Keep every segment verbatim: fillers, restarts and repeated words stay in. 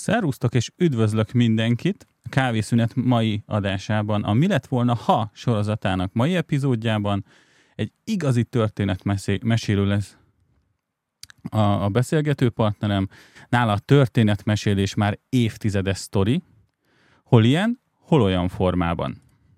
Szervusztok, és üdvözlök mindenkit a Kávészünet mai adásában. A Mi lett volna, ha sorozatának mai epizódjában egy igazi történetmesélő lesz a, a beszélgető partnerem. Nála a történetmesélés már évtizedes sztori, hol ilyen, hol olyan formában.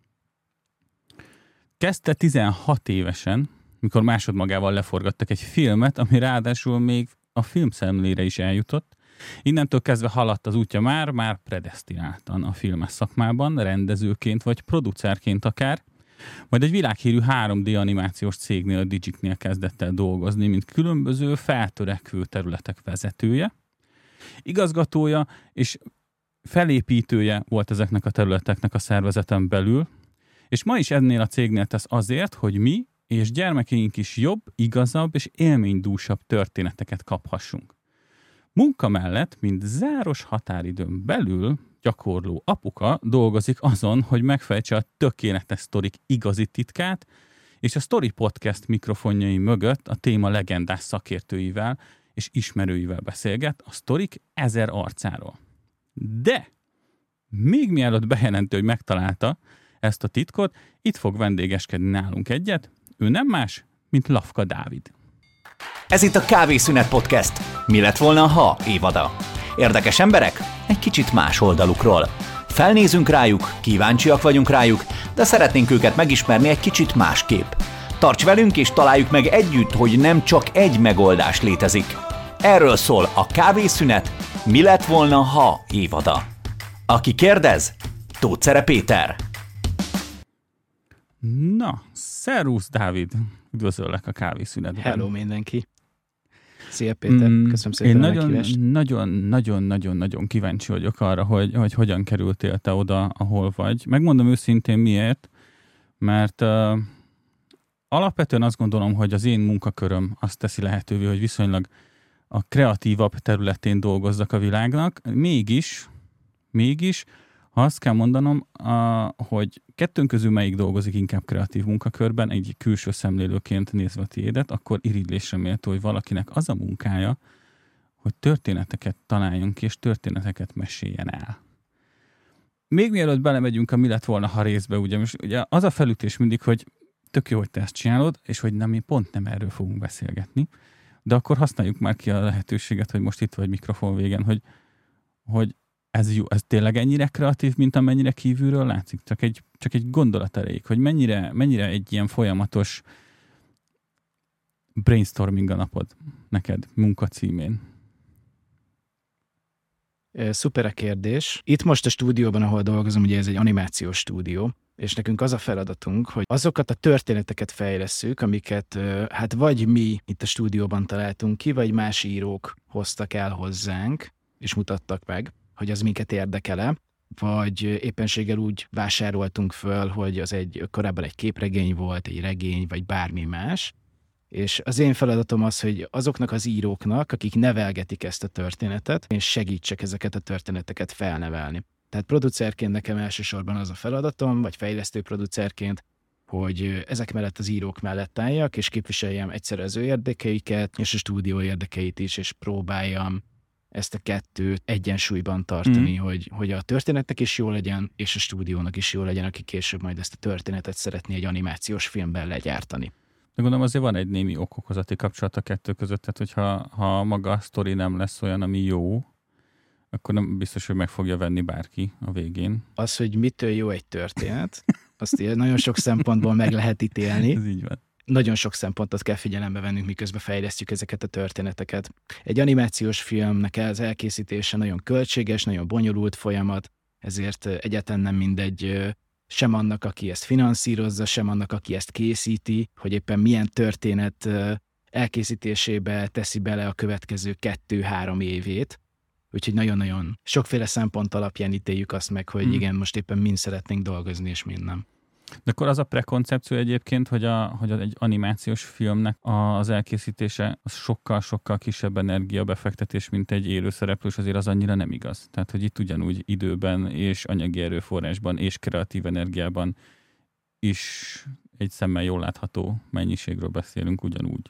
Kezdte tizenhat évesen, mikor másodmagával leforgattak egy filmet, ami ráadásul még a filmszemlére is eljutott. Innentől kezdve haladt az útja már, már predesztináltan a filmes szakmában, rendezőként vagy producerként akár, majd egy világhírű három dé animációs cégnél, a Digicnél kezdett el dolgozni, mint különböző feltörekvő területek vezetője, igazgatója és felépítője volt ezeknek a területeknek a szervezeten belül, és ma is ennél a cégnél tesz azért, hogy mi és gyermekeink is jobb, igazabb és élménydúsabb történeteket kaphassunk. Munka mellett, mint záros határidőn belül gyakorló apuka dolgozik azon, hogy megfejtse a tökéletes sztorik igazi titkát, és a Story Podcast mikrofonjai mögött a téma legendás szakértőivel és ismerőivel beszélget a sztorik ezer arcáról. De még mielőtt bejelentő, hogy megtalálta ezt a titkot, itt fog vendégeskedni nálunk egyet, ő nem más, mint Lavka Dávid. Ez itt a Kávészünet Podcast. Mi lett volna, ha évada? Érdekes emberek? Egy kicsit más oldalukról. Felnézünk rájuk, kíváncsiak vagyunk rájuk, de szeretnénk őket megismerni egy kicsit másképp. Tarts velünk és találjuk meg együtt, hogy nem csak egy megoldás létezik. Erről szól a Kávészünet Mi lett volna, ha évada. Aki kérdez, Tóth Péter. Na, szervusz Dávid! Üdvözöllek a Kávészünetben. Hello mindenki! Szia Péter, mm, köszönöm szépen én a nagyon, meghívást. nagyon, nagyon, nagyon, nagyon kíváncsi vagyok arra, hogy, hogy hogyan kerültél te oda, ahol vagy. Megmondom őszintén miért, mert uh, alapvetően azt gondolom, hogy az én munkaköröm azt teszi lehetővé, hogy viszonylag a kreatívabb területén dolgozzak a világnak. Mégis, mégis, ha azt kell mondanom, uh, hogy kettőnk közül melyik dolgozik inkább kreatív munkakörben, egy külső szemlélőként nézve a tiédet, akkor irigylésre méltó, hogy valakinek az a munkája, hogy történeteket találjon ki, és történeteket meséljen el. Még mielőtt belemegyünk a mi lett volna, ha részbe, ugye, most, ugye az a felütés mindig, hogy tök jó, hogy te ezt csinálod, és hogy nem, mi pont nem erről fogunk beszélgetni, de akkor használjuk már ki a lehetőséget, hogy most itt vagy mikrofon végen, hogy, hogy Ez, jó, ez tényleg ennyire kreatív, mint amennyire kívülről látszik? Csak egy, csak egy gondolat elég, hogy mennyire, mennyire egy ilyen folyamatos brainstorming a napod neked munka címén? Szuper a kérdés. Itt most a stúdióban, ahol dolgozom, ugye ez egy animációs stúdió, és nekünk az a feladatunk, hogy azokat a történeteket fejlesszük, amiket hát vagy mi itt a stúdióban találtunk ki, vagy más írók hoztak el hozzánk, és mutattak meg, hogy az minket érdekele, vagy éppenséggel úgy vásároltunk föl, hogy az egy korábban egy képregény volt, egy regény, vagy bármi más. És az én feladatom az, hogy azoknak az íróknak, akik nevelgetik ezt a történetet, én segítsek ezeket a történeteket felnevelni. Tehát producerként nekem elsősorban az a feladatom, vagy fejlesztő producerként, hogy ezek mellett az írók mellett álljak, és képviseljem egyszerre az ő érdekeiket, és a stúdió érdekeit is, és próbáljam ezt a kettőt egyensúlyban tartani, mm. hogy, hogy a történetnek is jó legyen, és a stúdiónak is jó legyen, aki később majd ezt a történetet szeretné egy animációs filmben legyártani. De gondolom azért van egy némi ok-okozati kapcsolat a kettő között, tehát hogyha ha maga a sztori nem lesz olyan, ami jó, akkor nem biztos, hogy meg fogja venni bárki a végén. Az, hogy mitől jó egy történet, azt nagyon sok szempontból meg lehet ítélni. Ez így van. Nagyon sok szempontot kell figyelembe vennünk, miközben fejlesztjük ezeket a történeteket. Egy animációs filmnek az elkészítése nagyon költséges, nagyon bonyolult folyamat, ezért egyáltalán nem mindegy sem annak, aki ezt finanszírozza, sem annak, aki ezt készíti, hogy éppen milyen történet elkészítésébe teszi bele a következő kettő-három évét. Úgyhogy nagyon-nagyon sokféle szempont alapján ítéljük azt meg, hogy hmm. igen, most éppen mind szeretnénk dolgozni, és mind nem. De akkor az a prekoncepció egyébként, hogy, a, hogy egy animációs filmnek az elkészítése az sokkal-sokkal kisebb energiabefektetés, mint egy élő szereplő, és azért az annyira nem igaz. Tehát, hogy itt ugyanúgy időben és anyagi erőforrásban és kreatív energiában is egy szemmel jól látható mennyiségről beszélünk ugyanúgy.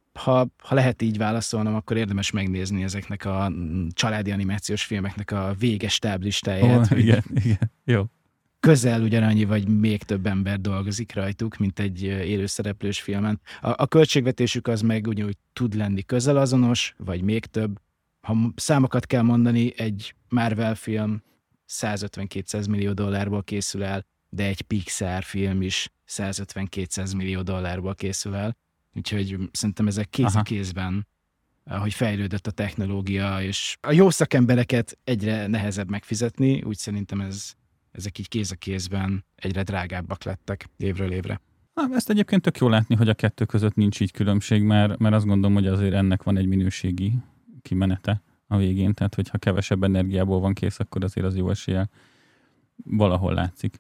ha, ha lehet így válaszolnom, akkor érdemes megnézni ezeknek a családi animációs filmeknek a véges táblistáját. Oh, igen, igen, jó. Közel ugyanannyi, vagy még több ember dolgozik rajtuk, mint egy élőszereplős filmen. A, a költségvetésük az meg ugyanúgy tud lenni közel azonos, vagy még több. Ha számokat kell mondani, egy Marvel film százötven-kétszáz millió dollárból készül el, de egy Pixar film is százötven-kétszáz millió dollárból készül el. Úgyhogy szerintem ezek kéz a kézben, ahogy fejlődött a technológia, és a jó szakembereket egyre nehezebb megfizetni, úgy szerintem ez, ezek így kéz a kézben egyre drágábbak lettek évről évre. Na, ezt egyébként tök jó látni, hogy a kettő között nincs így különbség, mert, mert azt gondolom, hogy azért ennek van egy minőségi kimenete a végén, tehát hogyha kevesebb energiából van kész, akkor azért az jó eséllyel valahol látszik.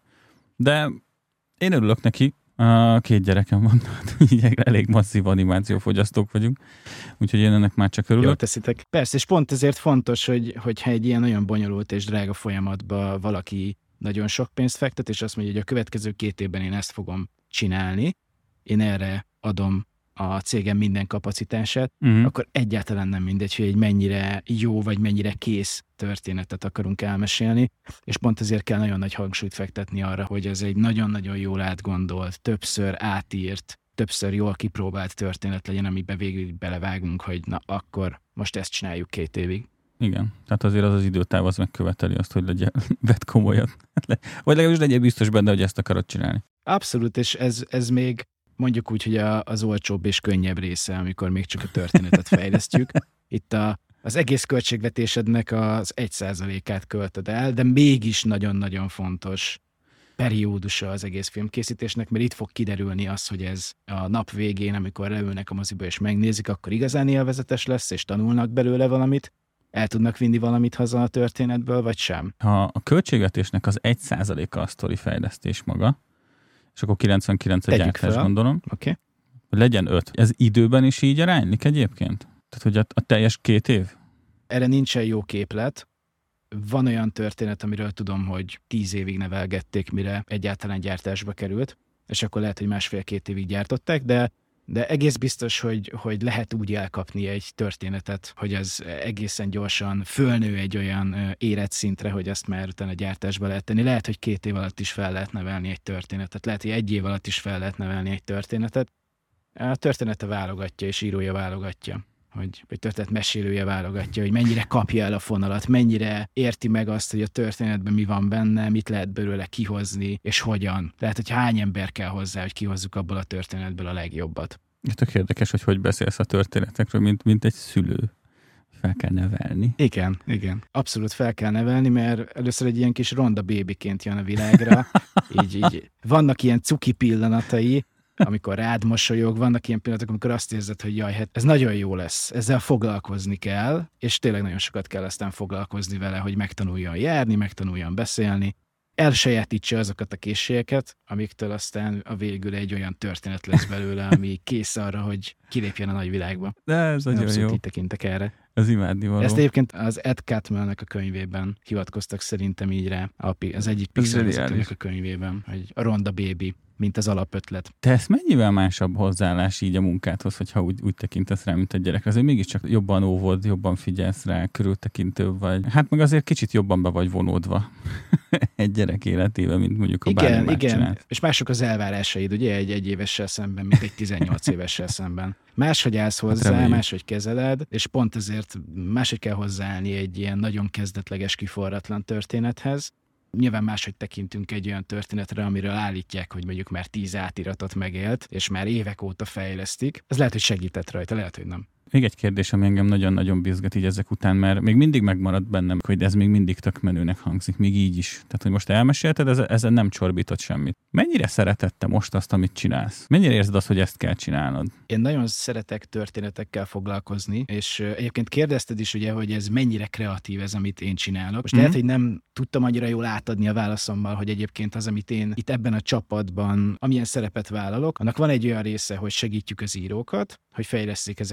De én örülök neki, a két gyerekem van, így elég masszív animációfogyasztók vagyunk, úgyhogy én ennek már csak örülök. Jól teszitek. Persze, és pont ezért fontos, hogy, hogyha egy ilyen nagyon bonyolult és drága folyamatba valaki nagyon sok pénzt fektet, és azt mondja, hogy a következő két évben én ezt fogom csinálni, én erre adom a cégem minden kapacitását, uh-huh. akkor egyáltalán nem mindegy, hogy egy mennyire jó vagy mennyire kész történetet akarunk elmesélni, és pont ezért kell nagyon nagy hangsúlyt fektetni arra, hogy ez egy nagyon-nagyon jól átgondolt, többször átírt, többször jól kipróbált történet legyen, amiben végül belevágunk, hogy na akkor most ezt csináljuk két évig. Igen, tehát azért az az időtáv az megköveteli azt, hogy legyen, vedd komolyan. Vagy legalábbis legyen biztos benne, hogy ezt akarod csinálni. Abszolút, és ez, ez még mondjuk úgy, hogy a, az olcsóbb és könnyebb része, amikor még csak a történetet fejlesztjük. Itt a, az egész költségvetésednek az egy százalékát költöd el, de mégis nagyon-nagyon fontos periódusa az egész filmkészítésnek, mert itt fog kiderülni az, hogy ez a nap végén, amikor leülnek a moziba és megnézik, akkor igazán élvezetes lesz, és tanulnak belőle valamit, el tudnak vinni valamit haza a történetből, vagy sem. Ha a költségvetésnek az egy százaléka a sztori fejlesztés maga, és akkor kilencvenkilenc a gyártás, gondolom. Okay. Legyen öt. Ez időben is így aránylik egyébként? Tehát, hogy a, a teljes két év? Erre nincsen jó képlet. Van olyan történet, amiről tudom, hogy tíz évig nevelgették, mire egyáltalán gyártásba került, és akkor lehet, hogy másfél-két évig gyártották, de, de egész biztos, hogy, hogy lehet úgy elkapni egy történetet, hogy az egészen gyorsan fölnő egy olyan életszintre, hogy azt már utána gyártásba lehet tenni. Lehet, hogy két év alatt is fel lehet nevelni egy történetet, lehet, hogy egy év alatt is fel lehet nevelni egy történetet. A története válogatja, és írója válogatja, hogy, vagy történet mesélője válogatja, hogy mennyire kapja el a fonalat, mennyire érti meg azt, hogy a történetben mi van benne, mit lehet belőle kihozni, és hogyan. Lehet, hogy hány ember kell hozzá, hogy kihozzuk abból a történetből a legjobbat. Tök érdekes, hogy hogy beszélsz a történetekről, mint, mint egy szülő. Fel kell nevelni. Igen, igen. Abszolút fel kell nevelni, mert először egy ilyen kis ronda bébiként jön a világra. így, így. Vannak ilyen cuki pillanatai, amikor rád mosolyog, vannak ilyen pillanatok, amikor azt érzed, hogy jaj, hát ez nagyon jó lesz, ezzel foglalkozni kell, és tényleg nagyon sokat kell aztán foglalkozni vele, hogy megtanuljon járni, megtanuljon beszélni, elsajátítsa azokat a készségeket, amiktől aztán a végül egy olyan történet lesz belőle, ami kész arra, hogy kilépjen a nagyvilágba. De ez nagyon abszolút jó. Így tekintek erre. Ez imádnivaló. Ezt egyébként az Ed Catmullnak a könyvében hivatkoztak szerintem így rá, az egyik Pixar vezetőnek a könyvében, hogy a ronda baby, mint az alapötlet. Te ezt mennyivel másabb hozzáállás így a munkádhoz, hogyha úgy, úgy tekintesz rá, mint egy gyerek? Azért mégiscsak jobban óvod, jobban figyelsz rá, körültekintőbb vagy. Hát meg azért kicsit jobban be vagy vonódva egy gyerek életében, mint mondjuk a bármi Igen, igen. Csinált. És mások az elvárásaid, ugye, egy egy évessel szemben, mint egy tizennyolc évessel szemben. Máshogy állsz hozzá, hát máshogy kezeled, és pont ezért máshogy kell hozzáállni egy ilyen nagyon kezdetleges, kiforratlan történethez. Nyilván máshogy tekintünk egy olyan történetre, amiről állítják, hogy mondjuk már tíz átiratot megélt, és már évek óta fejlesztik. Ez lehet, hogy segített rajta, lehet, hogy nem. Még egy kérdés, ami engem nagyon-nagyon bizgat így ezek után, mert még mindig megmaradt bennem, hogy ez még mindig tök menőnek hangzik, még így is. Tehát, hogy most elmesélted, ezen nem csorbított semmit. Mennyire szereted te most azt, amit csinálsz? Mennyire érzed azt, hogy ezt kell csinálnod? Én nagyon szeretek történetekkel foglalkozni, és egyébként kérdezted is, ugye, hogy ez mennyire kreatív ez, amit én csinálok. Most mm-hmm. lehet, hogy nem tudtam annyira jól átadni a válaszommal, hogy egyébként az, amit én itt ebben a csapatban, amilyen szerepet vállalok, annak van egy olyan része, hogy segítjük az írókat, hogy fejleszték ezeket a történeteket,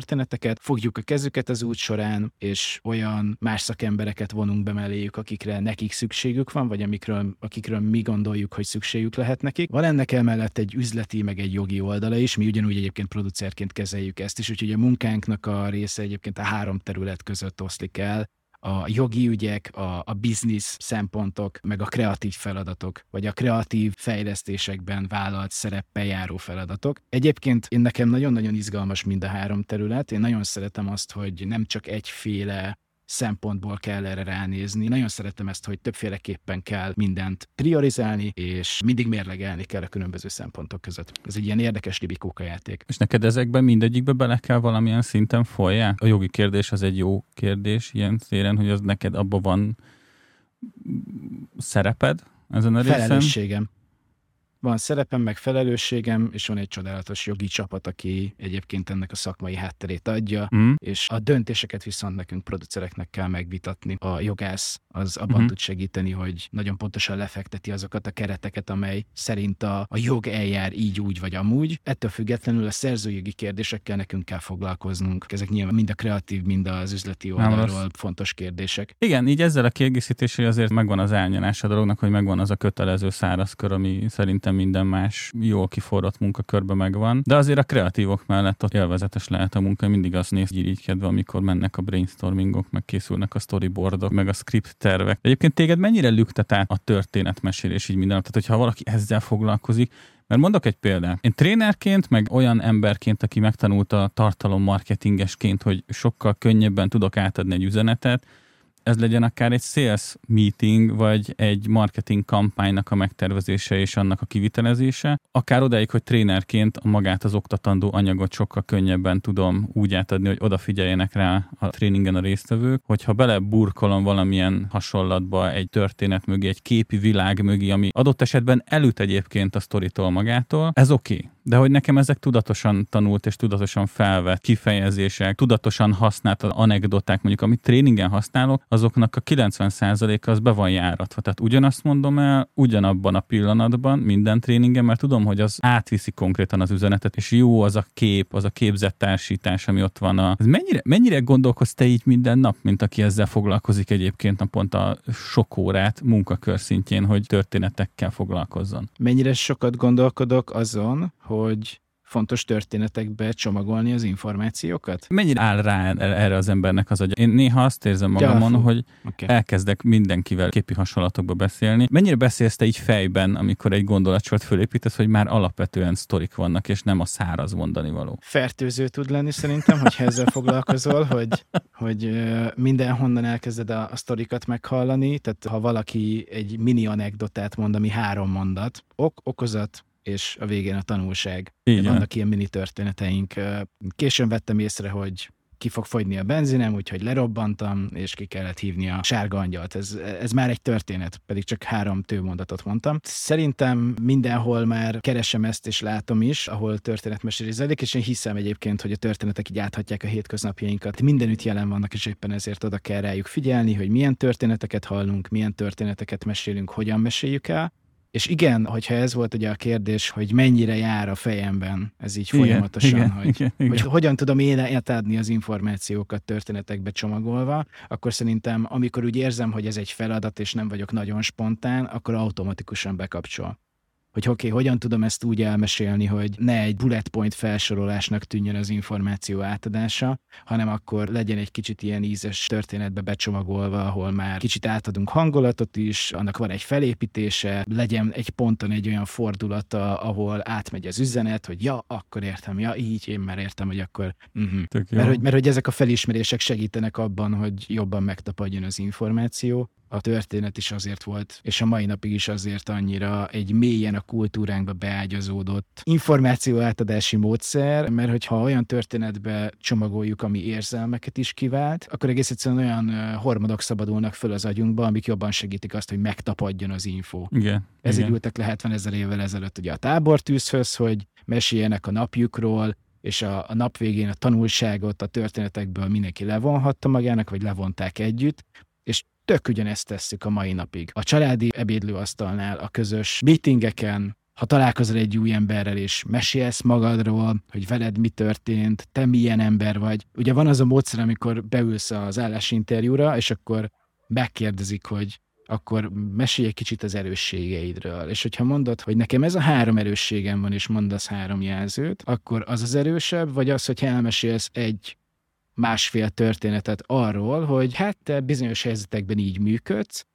történeteket, fogjuk a kezüket az út során, és olyan más szakembereket vonunk be melléjük, akikre nekik szükségük van, vagy amikről, akikről mi gondoljuk, hogy szükségük lehet nekik. Van ennek emellett egy üzleti, meg egy jogi oldala is, mi ugyanúgy egyébként producerként kezeljük ezt is, úgyhogy a munkánknak a része egyébként a három terület között oszlik el. A jogi ügyek, a, a biznisz szempontok, meg a kreatív feladatok, vagy a kreatív fejlesztésekben vállalt szereppel járó feladatok. Egyébként én nekem nagyon-nagyon izgalmas mind a három terület. Én nagyon szeretem azt, hogy nem csak egyféle szempontból kell erre ránézni. Nagyon szeretem ezt, hogy többféleképpen kell mindent priorizálni, és mindig mérlegelni kell a különböző szempontok között. Ez egy ilyen érdekes libikóka játék. És neked ezekben mindegyikbe bele kell valamilyen szinten folyjál? A jogi kérdés az egy jó kérdés ilyen téren, hogy az neked abban van szereped ezen a részen? Felelősségem. Van szerepem, meg felelősségem, és van egy csodálatos jogi csapat, aki egyébként ennek a szakmai hátterét adja, mm. és a döntéseket viszont nekünk producereknek kell megvitatni. A jogász az abban mm. tud segíteni, hogy nagyon pontosan lefekteti azokat a kereteket, amely szerint a, a jog eljár így, úgy vagy amúgy. Ettől függetlenül a szerzőjogi kérdésekkel nekünk kell foglalkoznunk. Ezek nyilván mind a kreatív, mind az üzleti oldalról fontos kérdések. Igen, így ezzel a kiegészítéssel azért megvan az elnyomás a dolognak, hogy megvan az a kötelező szárazkör, ami szerintem minden más jól kiforrott munkakörben megvan, de azért a kreatívok mellett ott élvezetes lehet a munka, mindig azt néz irigykedve, amikor mennek a brainstormingok, meg készülnek a storyboardok, meg a script tervek. Egyébként téged mennyire lüktet át a történetmesélés így minden? Tehát, hogyha valaki ezzel foglalkozik, mert mondok egy példát. Én trénerként, meg olyan emberként, aki megtanulta tartalommarketingesként, hogy sokkal könnyebben tudok átadni egy üzenetet, ez legyen akár egy sales meeting, vagy egy marketing kampánynak a megtervezése és annak a kivitelezése, akár odáig, hogy trénerként magát az oktatandó anyagot sokkal könnyebben tudom úgy átadni, hogy odafigyeljenek rá a tréningen a résztvevők, hogyha beleburkolom valamilyen hasonlatba egy történet mögé, egy képi világ mögé, ami adott esetben elüt egyébként a sztoritól magától, ez oké. Okay. De hogy nekem ezek tudatosan tanult és tudatosan felvett kifejezések, tudatosan használt az anekdoták, mondjuk amit tréningen használok, azoknak a kilencven százaléka az be van járatva. Tehát ugyanazt mondom el, ugyanabban a pillanatban minden tréningen, mert tudom, hogy az átviszi konkrétan az üzenetet, és jó az a kép, az a képzett társítás, ami ott van. A... Ez mennyire, mennyire gondolkozz te így minden nap, mint aki ezzel foglalkozik egyébként naponta sok órát munkakör szintjén, hogy történetekkel foglalkozzon? Mennyire sokat gondolkodok azon, hogy fontos történetekbe csomagolni az információkat? Mennyire áll rá erre az embernek az agya? Én néha azt érzem magamon, ja, hogy okay. elkezdek mindenkivel képi hasonlatokba beszélni. Mennyire beszélsz te így fejben, amikor egy gondolatsort fölépítesz, hogy már alapvetően sztorik vannak, és nem a száraz mondani való? Fertőző tud lenni szerintem, hogyha ezzel foglalkozol, hogy, hogy mindenhonnan elkezded a, a sztorikat meghallani, tehát ha valaki egy mini anekdotát mond, ami három mondat, ok, okozat, és a végén a tanulság. Igen. Vannak ilyen mini történeteink. Későn vettem észre, hogy ki fog fogyni a benzinem, úgyhogy lerobbantam, és ki kellett hívni a sárga angyalt. Ez, ez már egy történet, pedig csak három tőmondatot mondtam. Szerintem mindenhol már keresem ezt, és látom is, ahol történetmesélés zajlik, és én hiszem egyébként, hogy a történetek így áthatják a hétköznapjainkat. Mindenütt jelen vannak, és éppen ezért oda kell rájuk figyelni, hogy milyen történeteket hallunk, milyen történeteket mesélünk, hogyan meséljük el. És igen, hogyha ez volt ugye a kérdés, hogy mennyire jár a fejemben, ez így igen, folyamatosan, igen, hogy, igen, igen. hogy hogyan tudom én átadni az információkat történetekbe csomagolva, akkor szerintem, amikor úgy érzem, hogy ez egy feladat, és nem vagyok nagyon spontán, akkor automatikusan bekapcsol. Hogy oké, okay, hogyan tudom ezt úgy elmesélni, hogy ne egy bullet point felsorolásnak tűnjön az információ átadása, hanem akkor legyen egy kicsit ilyen ízes történetbe becsomagolva, ahol már kicsit átadunk hangulatot is, annak van egy felépítése, legyen egy ponton egy olyan fordulata, ahol átmegy az üzenet, hogy ja, akkor értem, ja, így én már értem, hogy akkor... Uh-huh. Mert, hogy, mert hogy ezek a felismerések segítenek abban, hogy jobban megtapadjon az információ. A történet is azért volt, és a mai napig is azért annyira egy mélyen a kultúránkba beágyazódott információ átadási módszer, mert hogyha olyan történetbe csomagoljuk, ami érzelmeket is kivált, akkor egész egyszerűen olyan hormonok szabadulnak föl az agyunkba, amik jobban segítik azt, hogy megtapadjon az info. Igen, Ezért igen. ültek le hetvenezer évvel ezelőtt ugye a tábortűzhöz, hogy meséljenek a napjukról, és a, a nap végén a tanulságot a történetekből mindenki levonhatta magának, vagy levonták együtt, és tök ugyanezt tesszük a mai napig. A családi ebédlőasztalnál, a közös meetingeken, ha találkozol egy új emberrel, és mesélsz magadról, hogy veled mi történt, te milyen ember vagy. Ugye van az a módszer, amikor beülsz az állásinterjúra, és akkor megkérdezik, hogy akkor mesélj egy kicsit az erősségeidről. És hogyha mondod, hogy nekem ez a három erősségem van, és mondasz három jelzőt, akkor az az erősebb, vagy az, hogy elmesélsz egy másfél történetet arról, hogy hát te bizonyos helyzetekben így működsz,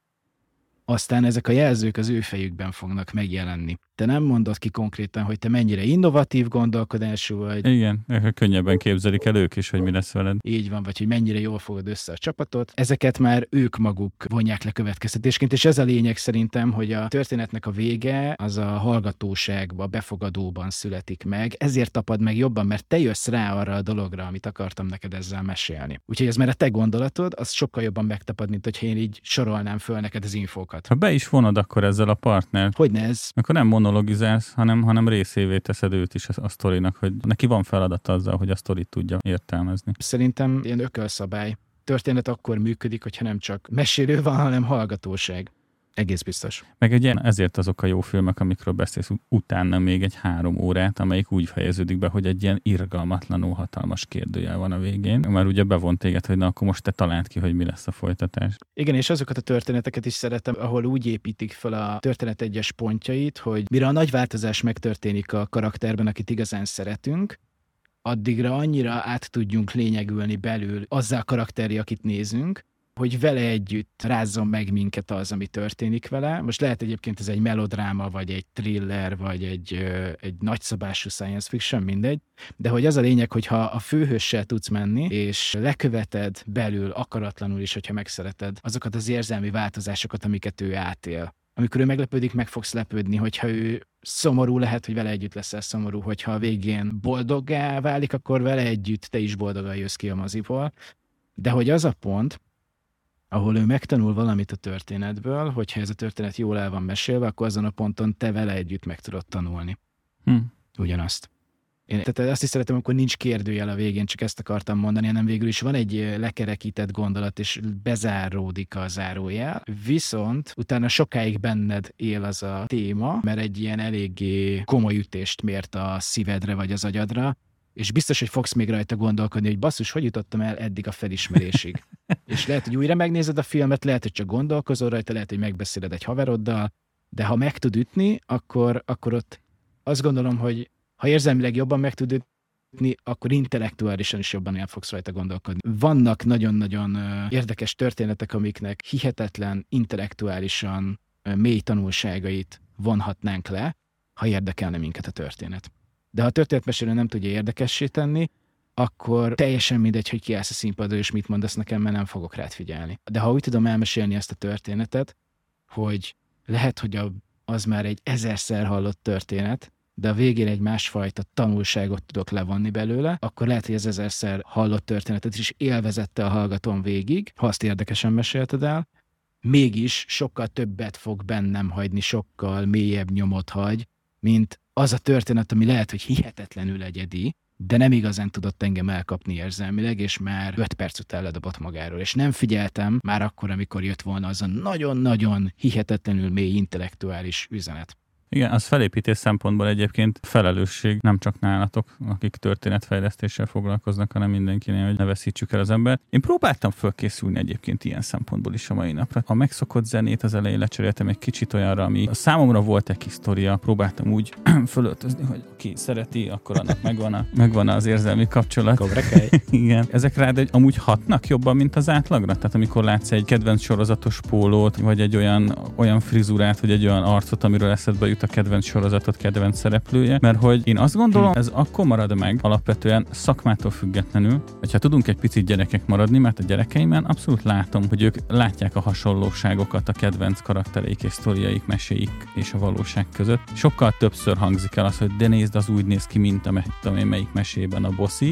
aztán ezek a jelzők az ő fejükben fognak megjelenni. Te nem mondod ki konkrétan, hogy te mennyire innovatív gondolkodású vagy. Igen, könnyebben képzelik el ők is, hogy mi lesz veled. Így van, vagy hogy mennyire jól fogod össze a csapatot. Ezeket már ők maguk vonják le következtetésként, és ez a lényeg szerintem, hogy a történetnek a vége az a hallgatóságban, a befogadóban születik meg. Ezért tapad meg jobban, mert te jössz rá arra a dologra, amit akartam neked ezzel mesélni. Úgyhogy ez már a te gondolatod, az sokkal jobban megtapad, mint hogyha én így sorolnám föl neked az infókat. Ha be is vonod akkor ezzel a partnert. Hogyne ez? Akkor nem monologizálsz, hanem, hanem részévé teszed őt is a, a sztorinak, hogy neki van feladata azzal, hogy a sztorit tudja értelmezni. Szerintem ilyen ökölszabály. Történet akkor működik, hogyha nem csak mesélő van, hanem hallgatóság. Egész biztos. Meg egy ilyen, ezért azok a jó filmek, amikről beszélsz utána még egy három órát, amelyik úgy fejeződik be, hogy egy ilyen irgalmatlanul hatalmas kérdőjel van a végén. Már ugye bevont téged, hogy na akkor most te találd ki, hogy mi lesz a folytatás. Igen, és azokat a történeteket is szeretem, ahol úgy építik fel a történet egyes pontjait, hogy mire a nagy változás megtörténik a karakterben, akit igazán szeretünk, addigra annyira át tudjunk lényegülni belül azzal a karakteri, akit nézünk, hogy vele együtt rázzon meg minket az, ami történik vele. Most lehet egyébként ez egy melodráma, vagy egy thriller, vagy egy, egy nagyszabású science fiction, mindegy, de hogy az a lényeg, hogyha a főhőssel tudsz menni, és leköveted belül akaratlanul is, hogyha megszereted azokat az érzelmi változásokat, amiket ő átél. Amikor ő meglepődik, meg fogsz lepődni, hogyha ő szomorú, lehet, hogy vele együtt leszel szomorú, hogyha a végén boldoggá válik, akkor vele együtt te is boldogan jössz ki a moziból. De hogy az a pont, ahol ő megtanul valamit a történetből, hogyha ez a történet jól el van mesélve, akkor azon a ponton te vele együtt meg tudod tanulni. Hm. Ugyanazt. Én, tehát azt is szeretem, amikor nincs kérdőjel a végén, csak ezt akartam mondani, hanem végül is van egy lekerekített gondolat, és bezáródik a zárójel. Viszont utána sokáig benned él az a téma, mert egy ilyen eléggé komoly ütést mért a szívedre vagy az agyadra, és biztos, hogy fogsz még rajta gondolkodni, hogy basszus, hogy jutottam el eddig a felismerésig. És lehet, hogy újra megnézed a filmet, lehet, hogy csak gondolkozol rajta, lehet, hogy megbeszéled egy haveroddal, de ha meg tud ütni, akkor, akkor ott azt gondolom, hogy ha érzelmileg jobban meg tud ütni, akkor intellektuálisan is jobban el fogsz rajta gondolkodni. Vannak nagyon-nagyon érdekes történetek, amiknek hihetetlen intellektuálisan mély tanulságait vonhatnánk le, ha érdekelne minket a történet. De ha a történetmesélő nem tudja érdekessé tenni, akkor teljesen mindegy, hogy kiállsz a színpadra, és mit mondasz nekem, mert nem fogok rád figyelni. De ha úgy tudom elmesélni ezt a történetet, hogy lehet, hogy az már egy ezerszer hallott történet, de a végén egy másfajta tanulságot tudok levonni belőle, akkor lehet, hogy az ezerszer hallott történetet is élvezette a hallgatón végig, ha azt érdekesen mesélted el, mégis sokkal többet fog bennem hagyni, sokkal mélyebb nyomot hagy, mint az a történet, ami lehet, hogy hihetetlenül egyedi, de nem igazán tudott engem elkapni érzelmileg, és már öt perc után ledobott magáról. És nem figyeltem már akkor, amikor jött volna az a nagyon-nagyon hihetetlenül mély intellektuális üzenet. Igen, az felépítés szempontból egyébként felelősség nem csak nálatok, akik történetfejlesztéssel foglalkoznak, hanem mindenkinél, hogy ne veszítsük el az embert. Én próbáltam fölkészülni egyébként ilyen szempontból is a mai napra. A megszokott zenét az elején lecseréltem egy kicsit olyanra, ami számomra volt egy kis sztoria, próbáltam úgy fölöltözni, hogy ki szereti, akkor annak megvan, a, megvan az érzelmi kapcsolat. Kobrakely. Igen. Ezek rád egy, amúgy hatnak jobban, mint az átlagra? Tehát amikor látsz egy kedvenc sorozatos pólót, vagy egy olyan, olyan frizurát, vagy egy olyan arcot, amiről eszedbe jut a kedvenc sorozatot, kedvenc szereplője, mert hogy én azt gondolom, ez akkor marad meg alapvetően szakmától függetlenül, hogyha tudunk egy picit gyerekek maradni, mert a gyerekeimen abszolút látom, hogy ők látják a hasonlóságokat a kedvenc karaktereik és sztoriaik, meséik és a valóság között. Sokkal többször hangzik el az, hogy de nézd, az úgy néz ki, mint a tudom én, melyik mesében a bosszi,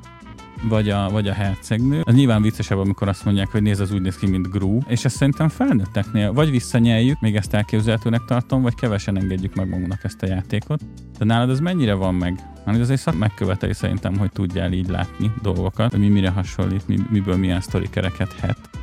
vagy a, vagy a hercegnő. Az nyilván viccesebb, amikor azt mondják, hogy nézd, az úgy néz ki, mint Gru, és ezt szerintem felnőtteknél vagy visszanyeljük, még ezt elképzelhetőnek tartom, vagy kevesen engedjük meg magunknak ezt a játékot. De nálad ez mennyire van meg? Mert azért szak megköveteli szerintem, hogy tudjál így látni dolgokat, hogy mi mire hasonlít, mi, miből milyen sztori kerekedhet.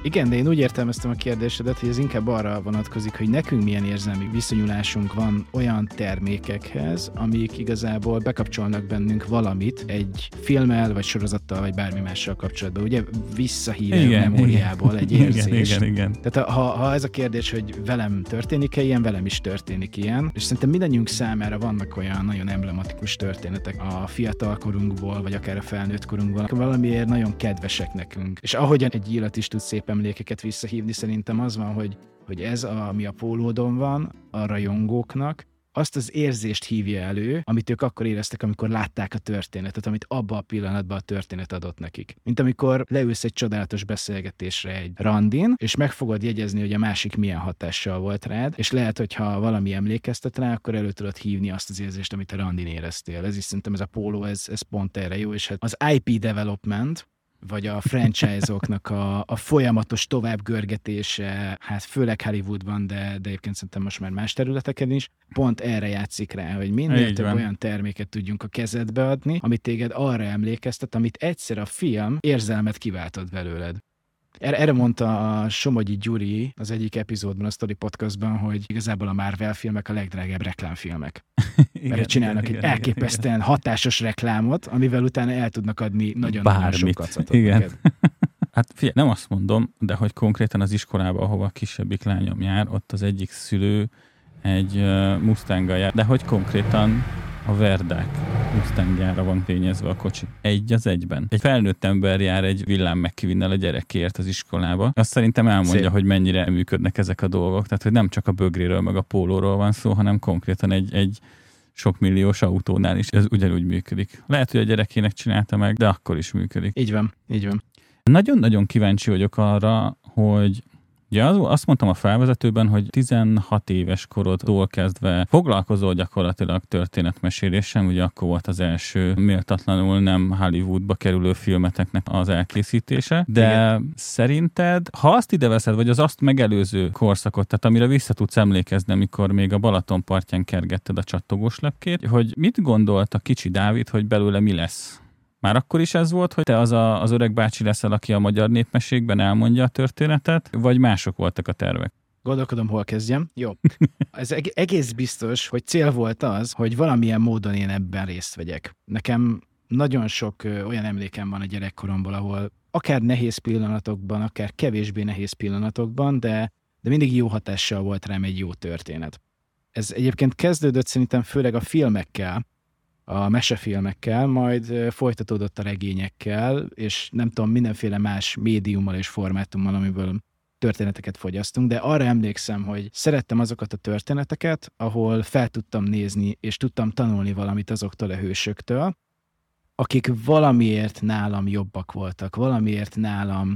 Igen, de én úgy értelmeztem a kérdésedet, hogy ez inkább arra vonatkozik, hogy nekünk milyen érzelmi viszonyulásunk van olyan termékekhez, amik igazából bekapcsolnak bennünk valamit egy filmmel, vagy sorozattal, vagy bármi mással kapcsolatban. Ugye visszahívja a memóriából egy érzés. Igen, igen, igen. Tehát ha, ha ez a kérdés, hogy velem történik-e ilyen, velem is történik ilyen, és szerintem mindannyiunk számára vannak olyan nagyon emblematikus történetek a fiatal korunkból, vagy akár a felnőtt korunkból, valamiért nagyon kedvesek nekünk. És ahogyan egy illat is tud szép emlékeket visszahívni, szerintem az van, hogy, hogy ez, a, ami a pólódon van, a rajongóknak, azt az érzést hívja elő, amit ők akkor éreztek, amikor látták a történetet, amit abban a pillanatban a történet adott nekik. Mint amikor leülsz egy csodálatos beszélgetésre egy randin, és meg fogod jegyezni, hogy a másik milyen hatással volt rád, és lehet, hogy ha valami emlékeztet rá, akkor elő tudod hívni azt az érzést, amit a randin éreztél. Ez is szerintem ez a póló, ez, ez pont erre jó, és hát az i pé development, vagy a franchise-oknak a, a folyamatos továbbgörgetése, hát főleg Hollywoodban, de, de egyébként szerintem most már más területeken is, pont erre játszik rá, hogy minél Így több van. olyan terméket tudjunk a kezedbe adni, amit téged arra emlékeztet, amit egyszer a film érzelmet kiváltott belőled. Erre, erre mondta a Somogyi Gyuri az egyik epizódban, a Story Podcastban, hogy igazából a Marvel filmek a legdrágább reklámfilmek. Igen, Mert csinálnak igen, egy igen, elképesztően igen. hatásos reklámot, amivel utána el tudnak adni nagyon-nagyon sok Bármit. kacatot Igen. neked. Hát figyelj, nem azt mondom, de hogy konkrétan az iskolában, ahova a kisebbik lányom jár, ott az egyik szülő egy uh, Mustanggal jár, de hogy konkrétan a Verdák Mustangjára van fényezve a kocsi. Egy az egyben. Egy felnőtt ember jár egy villám megkivinnel a gyerekért az iskolába. Azt szerintem elmondja, Szép. hogy mennyire működnek ezek a dolgok. Tehát, hogy nem csak a bögréről meg a pólóról van szó, hanem konkrétan egy, egy sok milliós autónál is ez ugyanúgy működik. Lehet, hogy a gyerekének csinálta meg, de akkor is működik. Így van, így van. Nagyon-nagyon kíváncsi vagyok arra, hogy ugye az, azt mondtam a felvezetőben, hogy tizenhat éves korodtól kezdve foglalkozol gyakorlatilag történetmesélésen, ugye akkor volt az első méltatlanul nem Hollywoodba kerülő filmeteknek az elkészítése, de igen. Szerinted, ha azt ide veszed, vagy az azt megelőző korszakot, tehát amire vissza tudsz emlékezni, amikor még a Balaton partján kergetted a csattogós lepkét, hogy mit gondolt a kicsi Dávid, hogy belőle mi lesz? Már akkor is ez volt, hogy te az a, az öreg bácsi leszel, aki a magyar népmesékben elmondja a történetet, vagy mások voltak a tervek? Gondolkodom, hol kezdjem. Jó. Ez egész biztos, hogy cél volt az, hogy valamilyen módon én ebben részt vegyek. Nekem nagyon sok olyan emlékem van a gyerekkoromból, ahol akár nehéz pillanatokban, akár kevésbé nehéz pillanatokban, de, de mindig jó hatással volt rám egy jó történet. Ez egyébként kezdődött szerintem főleg a filmekkel, a mesefilmekkel, majd folytatódott a regényekkel, és nem tudom, mindenféle más médiummal és formátummal, amiből történeteket fogyasztunk, de arra emlékszem, hogy szerettem azokat a történeteket, ahol fel tudtam nézni, és tudtam tanulni valamit azoktól a hősöktől, akik valamiért nálam jobbak voltak, valamiért nálam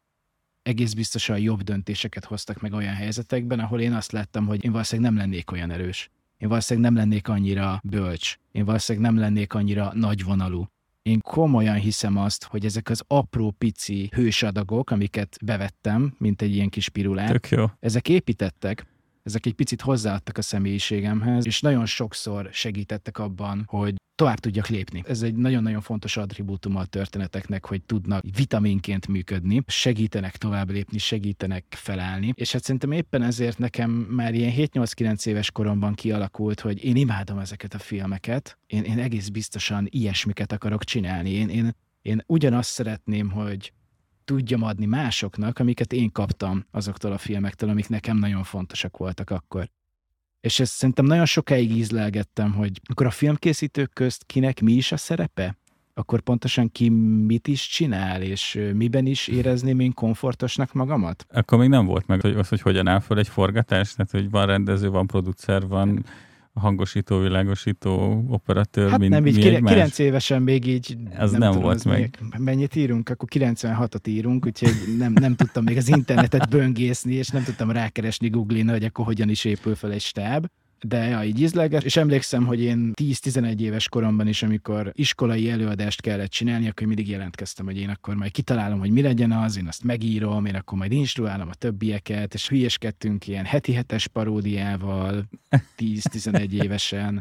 egész biztosan jobb döntéseket hoztak meg olyan helyzetekben, ahol én azt láttam, hogy én valószínűleg nem lennék olyan erős. Én valószínűleg nem lennék annyira bölcs. Én valószínűleg nem lennék annyira nagyvonalú. Én komolyan hiszem azt, hogy ezek az apró pici hősadagok, amiket bevettem, mint egy ilyen kis pirulát, Tök jó. ezek építettek, ezek egy picit hozzáadtak a személyiségemhez, és nagyon sokszor segítettek abban, hogy tovább tudjak lépni. Ez egy nagyon-nagyon fontos attribútum a történeteknek, hogy tudnak vitaminként működni, segítenek tovább lépni, segítenek felállni, és hát szerintem éppen ezért nekem már ilyen hét-nyolc-kilenc éves koromban kialakult, hogy én imádom ezeket a filmeket, én, én egész biztosan ilyesmiket akarok csinálni. Én, én, én ugyanazt szeretném, hogy tudjam adni másoknak, amiket én kaptam azoktól a filmektől, amik nekem nagyon fontosak voltak akkor. És ezt szerintem nagyon sokáig ízlelgettem, hogy akkor a filmkészítők közt kinek mi is a szerepe? Akkor pontosan ki mit is csinál, és miben is érezném én komfortosnak magamat? Akkor még nem volt meg, hogy az, hogy hogyan áll föl egy forgatás, tehát hogy van rendező, van producer, van hangosító, világosító, operatőr, hát mind, nem, így mi kire- egymás. kilenc évesen még így Ez nem, nem nem tudom, volt az meg. Még, mennyit írunk? Akkor kilencvenhatot írunk, úgyhogy nem, nem tudtam még az internetet böngészni, és nem tudtam rákeresni Google-in, hogy akkor hogyan is épül fel egy stáb. De ja, így ízleges, és emlékszem, hogy én tíz-tizenegy éves koromban is, amikor iskolai előadást kellett csinálni, akkor mindig jelentkeztem, hogy én akkor majd kitalálom, hogy mi legyen az, én azt megírom, én akkor majd instruálom a többieket, és hülyeskedtünk ilyen heti hetes paródiával tíz-tizenegy évesen.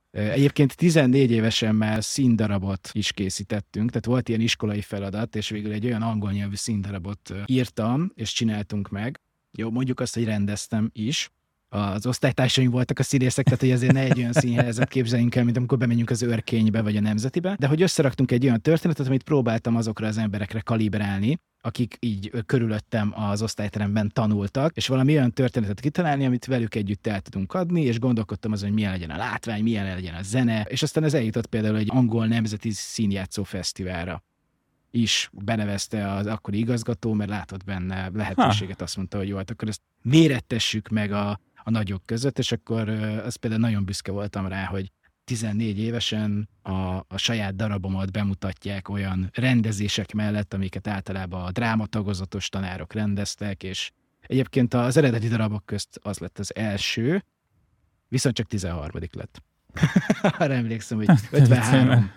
Egyébként tizennégy évesen már színdarabot is készítettünk, tehát volt ilyen iskolai feladat, és végül egy olyan angol nyelvű színdarabot írtam, és csináltunk meg. Jó, mondjuk azt, hogy rendeztem is. Az osztálytársaim voltak a színészek, tehát hogy azért ne egy olyan színhelyezet képzeljünk el, mint amikor bemegyünk az Örkénybe vagy a Nemzetibe, de hogy összeraktunk egy olyan történetet, amit próbáltam azokra az emberekre kalibrálni, akik így körülöttem az osztályteremben tanultak, és valami olyan történetet kitalálni, amit velük együtt el tudunk adni, és gondolkodtam azon, hogy milyen legyen a látvány, milyen legyen a zene, és aztán ez eljutott például egy angol nemzeti színjátszó fesztiválra is benevezte az akkori igazgató, mert látott benne lehetőséget, azt mondta, hogy jó, hát akkor ezt mérettessük meg a, a nagyok között, és akkor az például nagyon büszke voltam rá, hogy tizennégy évesen a, a saját darabomat bemutatják olyan rendezések mellett, amiket általában a drámatagozatos tanárok rendeztek, és egyébként az eredeti darabok közt az lett az első, viszont csak tizenharmadik lett. Arra emlékszem, hogy ötvenhárom,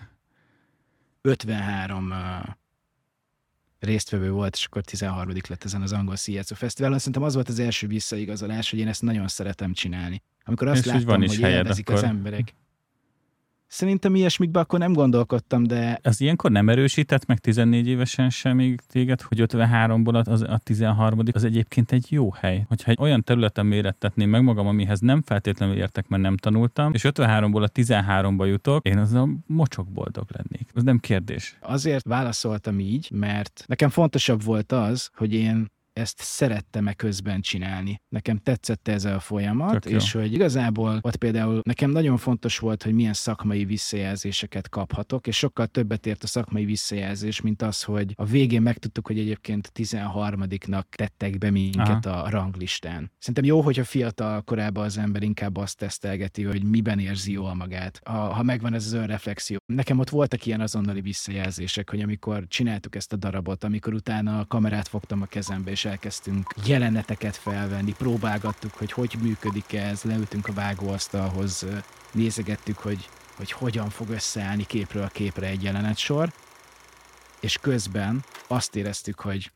ötvenhárom uh, résztvevő volt, és akkor tizenharmadik lett ezen az angol színjátszó fesztiválon. Szerintem az volt az első visszaigazolás, hogy én ezt nagyon szeretem csinálni. Amikor azt és láttam, hogy élvezik akkor... az emberek. Szerintem ilyesmikbe akkor nem gondolkodtam, de... Az ilyenkor nem erősített meg tizennégy évesen sem még téged, hogy ötvenháromból az, a tizenharmadik az egyébként egy jó hely. Hogyha egy olyan területen mérettetném meg magam, amihez nem feltétlenül értek, mert nem tanultam, és ötvenháromból a tizenháromba jutok, én az a mocsok boldog lennék. Ez nem kérdés. Azért válaszoltam így, mert nekem fontosabb volt az, hogy én ezt szerettem-e közben csinálni. Nekem tetszett ez a folyamat, és hogy igazából ott például nekem nagyon fontos volt, hogy milyen szakmai visszajelzéseket kaphatok, és sokkal többet ért a szakmai visszajelzés, mint az, hogy a végén megtudtuk, hogy egyébként tizenharmadiknak tettek be minket Aha. a ranglistán. Szerintem jó, hogyha fiatal korában az ember inkább azt tesztelgeti, hogy miben érzi jól magát, ha, ha megvan ez az önreflexió. Nekem ott voltak ilyen azonnali visszajelzések, hogy amikor csináltuk ezt a darabot, amikor utána a kamerát fogtam a kezembe, és elkezdtünk jeleneteket felvenni, próbálgattuk, hogy hogy működik ez, leültünk a vágóasztalhoz, nézegettük, hogy, hogy hogyan fog összeállni képről a képre egy jelenetsor, és közben azt éreztük, hogy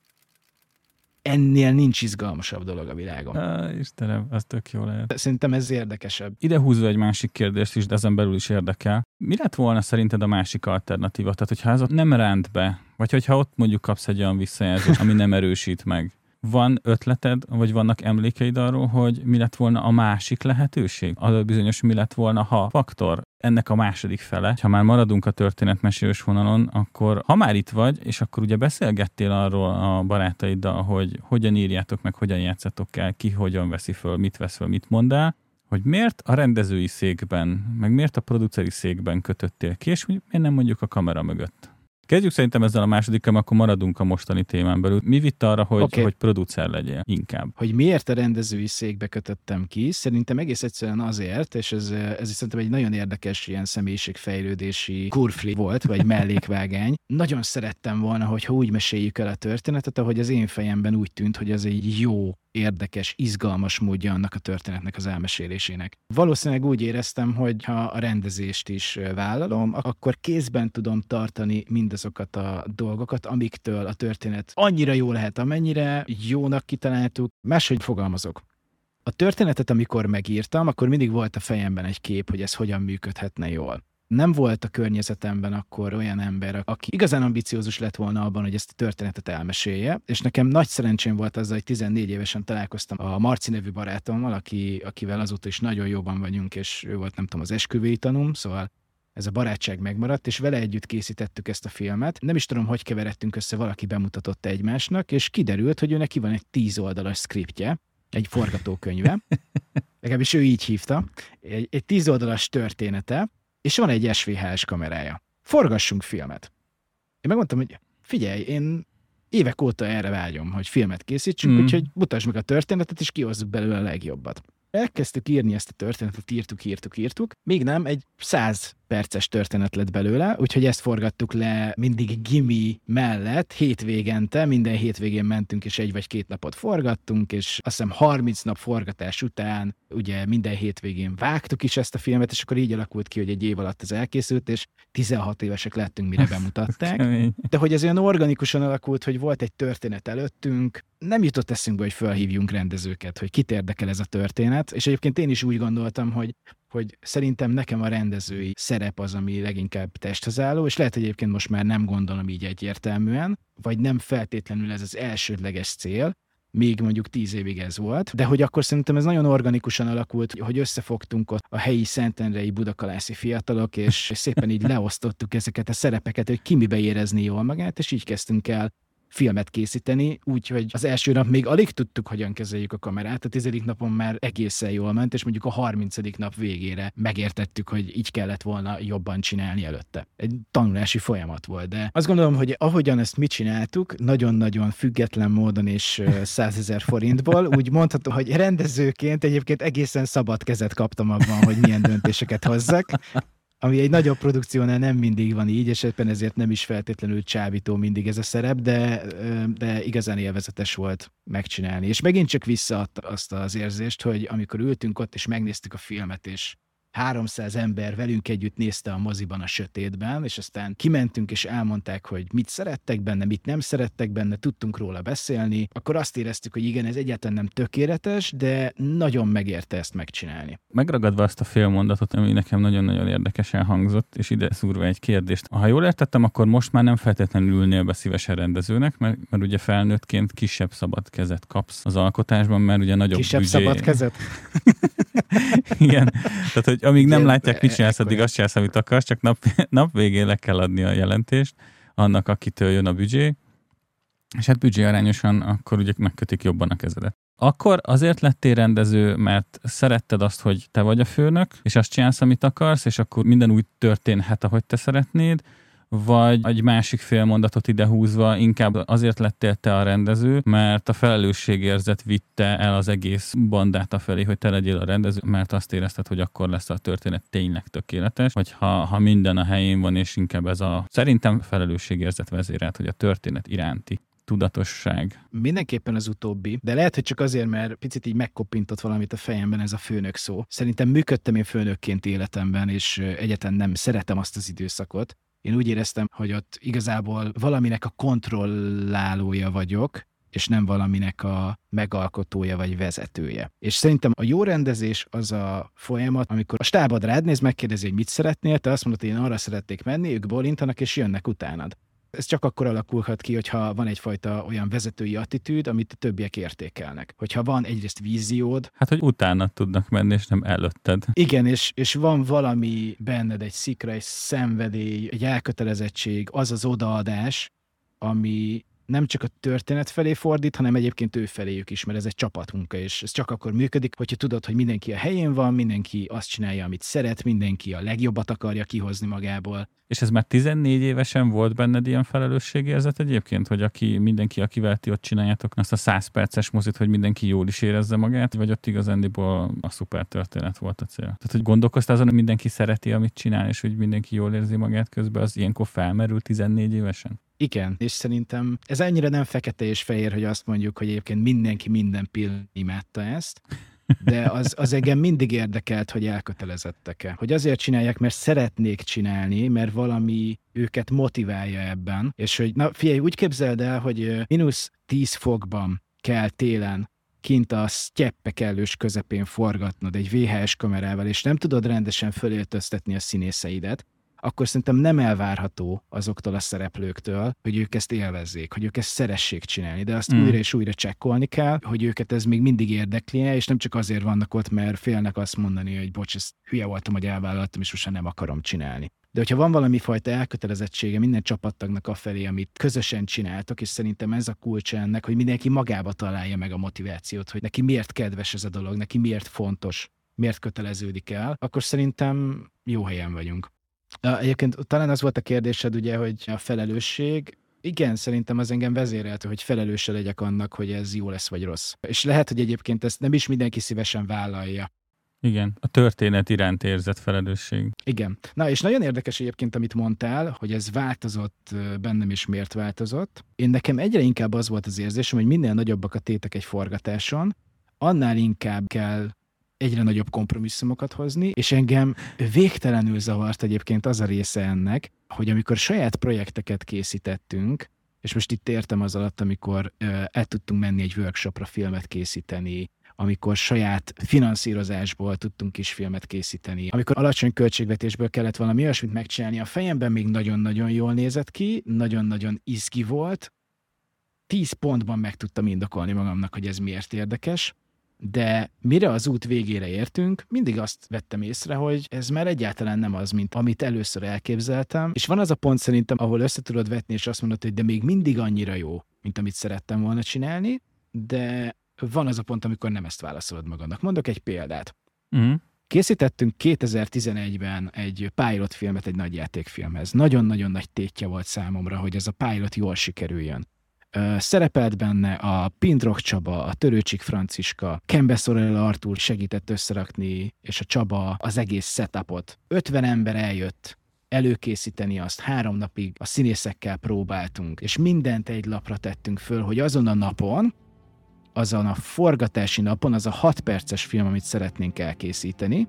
ennél nincs izgalmasabb dolog a világon. Á, Istenem, az tök jó lehet. Szerintem ez érdekesebb. Ide húzva egy másik kérdést is, de ezen belül is érdekel. Mi lett volna szerinted a másik alternatíva? Tehát, hogyha ez ott nem ránt be, vagy hogyha ott mondjuk kapsz egy olyan visszajelzést, ami nem erősít meg. Van ötleted, vagy vannak emlékeid arról, hogy mi lett volna a másik lehetőség? Az a bizonyos mi lett volna, ha faktor ennek a második fele. Ha már maradunk a történetmesélős vonalon, akkor ha már itt vagy, és akkor ugye beszélgettél arról a barátaiddal, hogy hogyan írjátok meg, hogyan játszatok el, ki hogyan veszi föl, mit vesz föl, mit mond el, hogy miért a rendezői székben, meg miért a produceri székben kötöttél ki, és miért nem mondjuk a kamera mögött. Kezdjük szerintem ezzel a másodikkal, akkor maradunk a mostani témán belül. Mi vitt arra, hogy, okay. hogy producer legyél inkább? Hogy miért a rendezői székbe kötöttem ki? Szerintem egész egyszerűen azért, és ez, ez szerintem egy nagyon érdekes ilyen személyiségfejlődési kurfli volt, vagy mellékvágány. Nagyon szerettem volna, hogyha úgy meséljük el a történetet, ahogy az én fejemben úgy tűnt, hogy ez egy jó, érdekes, izgalmas módja annak a történetnek az elmesélésének. Valószínűleg úgy éreztem, hogy ha a rendezést is vállalom, akkor kézben tudom tartani mindazokat a dolgokat, amiktől a történet annyira jó lehet, amennyire jónak kitaláltuk. Máshogy fogalmazok. A történetet, amikor megírtam, akkor mindig volt a fejemben egy kép, hogy ez hogyan működhetne jól. Nem volt a környezetemben akkor olyan ember, aki igazán ambiciózus lett volna abban, hogy ezt a történetet elmesélje, és nekem nagy szerencsém volt azzal, hogy tizennégy évesen találkoztam a Marci nevű barátommal, aki, akivel azóta is nagyon jóban vagyunk, és ő volt, nem tudom, az esküvői tanúm, szóval ez a barátság megmaradt, és vele együtt készítettük ezt a filmet. Nem is tudom, hogy keveredtünk össze, valaki bemutatott egymásnak, és kiderült, hogy ő neki van egy tíz oldalas szkriptje, egy forgatókönyve, legalábbis ő így hívta, egy, egy tíz oldalas története, és van egy es vé há es kamerája. Forgassunk filmet. Én megmondtam, hogy figyelj, én évek óta erre vágyom, hogy filmet készítsünk, mm. úgyhogy mutasd meg a történetet, és kihozzuk belőle a legjobbat. Elkezdtük írni ezt a történetet, írtuk, írtuk, írtuk, még nem, egy száz perces történet lett belőle, úgyhogy ezt forgattuk le mindig gimi mellett, hétvégente, minden hétvégén mentünk, és egy vagy két napot forgattunk, és azt hiszem harminc nap forgatás után, ugye minden hétvégén vágtuk is ezt a filmet, és akkor így alakult ki, hogy egy év alatt ez elkészült, és tizenhat évesek lettünk, mire bemutatták. De hogy ez olyan organikusan alakult, hogy volt egy történet előttünk, nem jutott eszünkbe, hogy felhívjunk rendezőket, hogy kit érdekel ez a történet, és egyébként én is úgy gondoltam, hogy, hogy szerintem nekem a rendezői szerep az, ami leginkább testhez álló, és lehet, hogy egyébként most már nem gondolom így egyértelműen, vagy nem feltétlenül ez az elsődleges cél, még mondjuk tíz évig ez volt, de hogy akkor szerintem ez nagyon organikusan alakult, hogy összefogtunk ott a helyi szentendrei budakalászi fiatalok, és szépen így leosztottuk ezeket a szerepeket, hogy ki mibe érezni jól magát, és így kezdtünk el filmet készíteni, úgyhogy az első nap még alig tudtuk, hogyan kezeljük a kamerát, a tizedik napon már egészen jól ment, és mondjuk a harmincadik nap végére megértettük, hogy így kellett volna jobban csinálni előtte. Egy tanulási folyamat volt, de azt gondolom, hogy ahogyan ezt mi csináltuk, nagyon-nagyon független módon és százezer forintból, úgy mondhatom, hogy rendezőként egyébként egészen szabad kezet kaptam abban, hogy milyen döntéseket hozzak, ami egy nagyobb produkciónál nem mindig van így, és éppen ezért nem is feltétlenül csábító mindig ez a szerep, de, de igazán élvezetes volt megcsinálni. És megint csak visszaadta azt az érzést, hogy amikor ültünk ott, és megnéztük a filmet, és háromszáz ember velünk együtt nézte a moziban a sötétben, és aztán kimentünk és elmondták, hogy mit szerettek benne, mit nem szerettek benne, tudtunk róla beszélni, akkor azt éreztük, hogy igen, ez egyáltalán nem tökéletes, de nagyon megérte ezt megcsinálni. Megragadva azt a félmondatot, ami nekem nagyon-nagyon érdekesen hangzott, és ide szúrva egy kérdést. Ha jól értettem, akkor most már nem feltétlenül ülnél be szívesen rendezőnek, mert, mert ugye felnőttként kisebb szabad kezet kapsz az alkotásban, mert ugye nagyobb Kisebb büdzsé... szabad kezet? Igen. Tehát, hogy amíg nem látják, mit csinálsz, addig azt csinálsz, amit akarsz, csak nap, nap végén le kell adni a jelentést annak, akitől jön a büdzsé, és hát büdzsé arányosan akkor ugye megkötik jobban a kezedet. Akkor azért lettél rendező, mert szeretted azt, hogy te vagy a főnök, és azt csinálsz, amit akarsz, és akkor minden úgy történhet, ahogy te szeretnéd, vagy egy másik félmondatot ide húzva inkább azért lettél te a rendező, mert a felelősségérzet vitte el az egész bandát afelé, hogy te legyél a rendező, mert azt érezted, hogy akkor lesz a történet tényleg tökéletes, vagy ha, ha minden a helyén van, és inkább ez a szerintem felelősségérzet vezérelt, hogy a történet iránti tudatosság. Mindenképpen az utóbbi, de lehet, hogy csak azért, mert picit így megkoppintott valamit a fejemben ez a főnök szó. Szerintem működtem én főnökként életemben, és egyáltalán nem szeretem azt az időszakot. Én úgy éreztem, hogy ott igazából valaminek a kontrollálója vagyok, és nem valaminek a megalkotója vagy vezetője. És szerintem a jó rendezés az a folyamat, amikor a stábod rád néz, megkérdezi, hogy mit szeretnél, te azt mondod, hogy én arra szeretnék menni, ők bólintanak, és jönnek utánad. Ez csak akkor alakulhat ki, hogyha van egyfajta olyan vezetői attitűd, amit a többiek értékelnek. Hogyha van egyrészt víziód. Hát, hogy utána tudnak menni, és nem előtted. Igen, és, és van valami benned, egy szikra, egy szenvedély, egy elkötelezettség, az az odaadás, ami nem csak a történet felé fordít, hanem egyébként ő feléjük is, mert ez egy csapatmunka, és ez csak akkor működik, hogyha tudod, hogy mindenki a helyén van, mindenki azt csinálja, amit szeret, mindenki a legjobbat akarja kihozni magából. És ez már tizennégy évesen volt benned ilyen felelősségérzet egyébként, hogy aki, mindenki, akivel ti ott csináljátok azt a száz perces mozit, hogy mindenki jól is érezze magát, vagy ott igazándiból a szuper történet volt a cél. Tehát, hogy gondolkoztál azon, hogy mindenki szereti, amit csinál, és hogy mindenki jól érzi magát közben, az ilyenkor felmerül tizennégy évesen? Igen, és szerintem ez ennyire nem fekete és fehér, hogy azt mondjuk, hogy egyébként mindenki minden pillanatban imádta ezt, de az, az engem mindig érdekelt, hogy elkötelezettek-e. Hogy azért csinálják, mert szeretnék csinálni, mert valami őket motiválja ebben. És hogy, na figyelj, úgy képzeld el, hogy mínusz tíz fokban kell télen kint a sztyeppe kellős közepén forgatnod egy vé há es kamerával, és nem tudod rendesen fölöltöztetni a színészeidet, akkor szerintem nem elvárható azoktól a szereplőktől, hogy ők ezt élvezzék, hogy ők ezt szeressék csinálni, de azt mm. újra és újra csekkolni kell, hogy őket ez még mindig érdekli, és nem csak azért vannak ott, mert félnek azt mondani, hogy bocs, ezt hülye voltam, hogy elvállaltam, és most nem akarom csinálni. De hogyha van valami fajta elkötelezettsége minden csapattagnak afelé, amit közösen csináltok, és szerintem ez a kulcsa ennek, hogy mindenki magába találja meg a motivációt, hogy neki miért kedves ez a dolog, neki miért fontos, miért köteleződik el, akkor szerintem jó helyen vagyunk. Egyébként talán az volt a kérdésed, ugye, hogy a felelősség, igen, szerintem az engem vezérelte, hogy felelőse legyek annak, hogy ez jó lesz vagy rossz. És lehet, hogy egyébként ezt nem is mindenki szívesen vállalja. Igen, a történet iránt érzett felelősség. Igen. Na, és nagyon érdekes egyébként, amit mondtál, hogy ez változott bennem, és miért változott. Én nekem egyre inkább az volt az érzésem, hogy minél nagyobbak a tétek egy forgatáson, annál inkább kell egyre nagyobb kompromisszumokat hozni, és engem végtelenül zavart egyébként az a része ennek, hogy amikor saját projekteket készítettünk, És most itt értem az alatt, amikor ö, el tudtunk menni egy workshopra filmet készíteni, amikor saját finanszírozásból tudtunk is filmet készíteni, amikor alacsony költségvetésből kellett valami olyasmit megcsinálni, a fejemben még nagyon-nagyon jól nézett ki, nagyon-nagyon izgi volt, tíz pontban meg tudtam indokolni magamnak, hogy ez miért érdekes, de mire az út végére értünk, mindig azt vettem észre, hogy ez már egyáltalán nem az, mint amit először elképzeltem, és van az a pont szerintem, ahol össze tudod vetni, és azt mondod, hogy de még mindig annyira jó, mint amit szerettem volna csinálni, de van az a pont, amikor nem ezt válaszolod magadnak. Mondok egy példát. Mm. Készítettünk kétezer-tizenegyben egy pilot filmet egy nagyjátékfilmhez. Nagyon-nagyon nagy tétje volt számomra, hogy ez a pilot jól sikerüljön. Szerepelt benne a Pindroch Csaba, a Törőcsik Franciska, Kembe Sorella Artúr segített összerakni, és a Csaba az egész setupot. ötven ember eljött előkészíteni azt, három napig a színészekkel próbáltunk, és mindent egy lapra tettünk föl, hogy azon a napon, azon a forgatási napon, az a hat perces film, amit szeretnénk elkészíteni,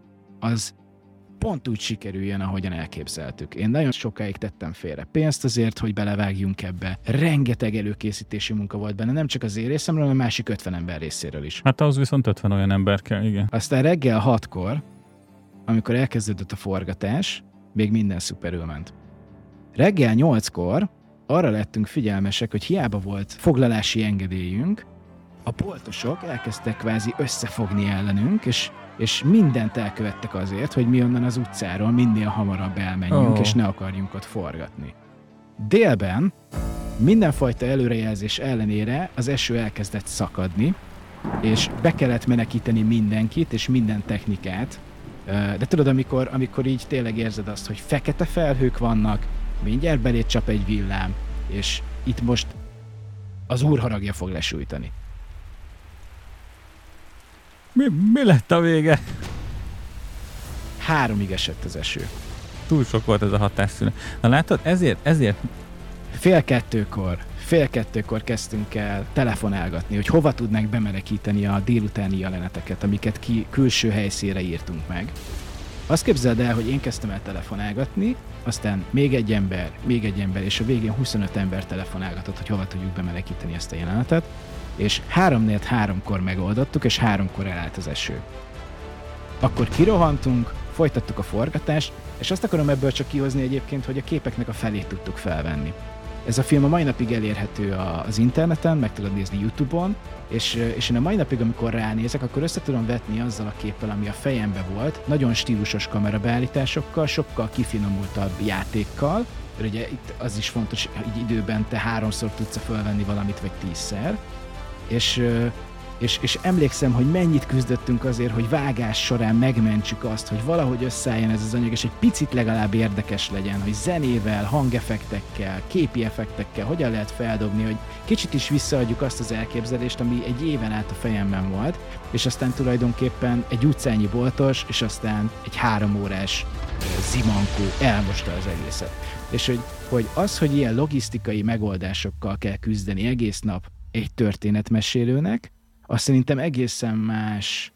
az pont úgy sikerüljön, ahogyan elképzeltük. Én nagyon sokáig tettem félre pénzt azért, hogy belevágjunk ebbe. Rengeteg előkészítési munka volt benne, nem csak az én részemről, hanem a másik ötven ember részéről is. Hát ahhoz viszont ötven olyan ember kell, igen. Aztán reggel hatkor, amikor elkezdődött a forgatás, még minden szuperül ment. Reggel nyolckor arra lettünk figyelmesek, hogy hiába volt foglalási engedélyünk, a boltosok elkezdtek kvázi összefogni ellenünk, és, és mindent elkövettek azért, hogy mi onnan az utcáról minél hamarabb elmenjünk, oh. és ne akarjunk ott forgatni. Délben mindenfajta előrejelzés ellenére az eső elkezdett szakadni, és be kellett menekíteni mindenkit, és minden technikát. De tudod, amikor, amikor így tényleg érzed azt, hogy fekete felhők vannak, mindjárt belét csap egy villám, és itt most az úr haragja fog lesújtani. Mi, mi lett a vége? Háromig esett az eső. Túl sok volt ez a hatásszünet. Na látod, ezért, ezért... Fél kettőkor, fél kettőkor kezdtünk el telefonálgatni, hogy hova tudnánk bemenekíteni a délutáni jeleneteket, amiket ki külső helyszínre írtunk meg. Azt képzeld el, hogy én kezdtem el telefonálgatni, aztán még egy ember, még egy ember, és a végén huszonöt ember telefonálgatott, hogy hova tudjuk bemenekíteni ezt a jelenetet, és háromnél háromkor megoldottuk, és háromkor elállt az eső. Akkor kirohantunk, folytattuk a forgatást, és azt akarom ebből csak kihozni egyébként, hogy a képeknek a felét tudtuk felvenni. Ez a film a mai napig elérhető az interneten, meg tudod nézni YouTube-on, és, és én a mai napig, amikor ránézek, akkor össze tudom vetni azzal a képpel, ami a fejembe volt, nagyon stílusos kamerabeállításokkal, sokkal kifinomultabb játékkal, mert ugye itt az is fontos, hogy időben te háromszor tudsz fölvenni valamit, vagy tízszer, és, és, és emlékszem, hogy mennyit küzdöttünk azért, hogy vágás során megmentsük azt, hogy valahogy összeálljon ez az anyag, és egy picit legalább érdekes legyen, hogy zenével, hangeffektekkel, képi effektekkel hogyan lehet feldobni, hogy kicsit is visszaadjuk azt az elképzelést, ami egy éven át a fejemben volt, és aztán tulajdonképpen egy utcányi boltos, és aztán egy három órás zimankó elmosta az egészet. És hogy, hogy az, hogy ilyen logisztikai megoldásokkal kell küzdeni egész nap egy történetmesélőnek, azt szerintem egészen más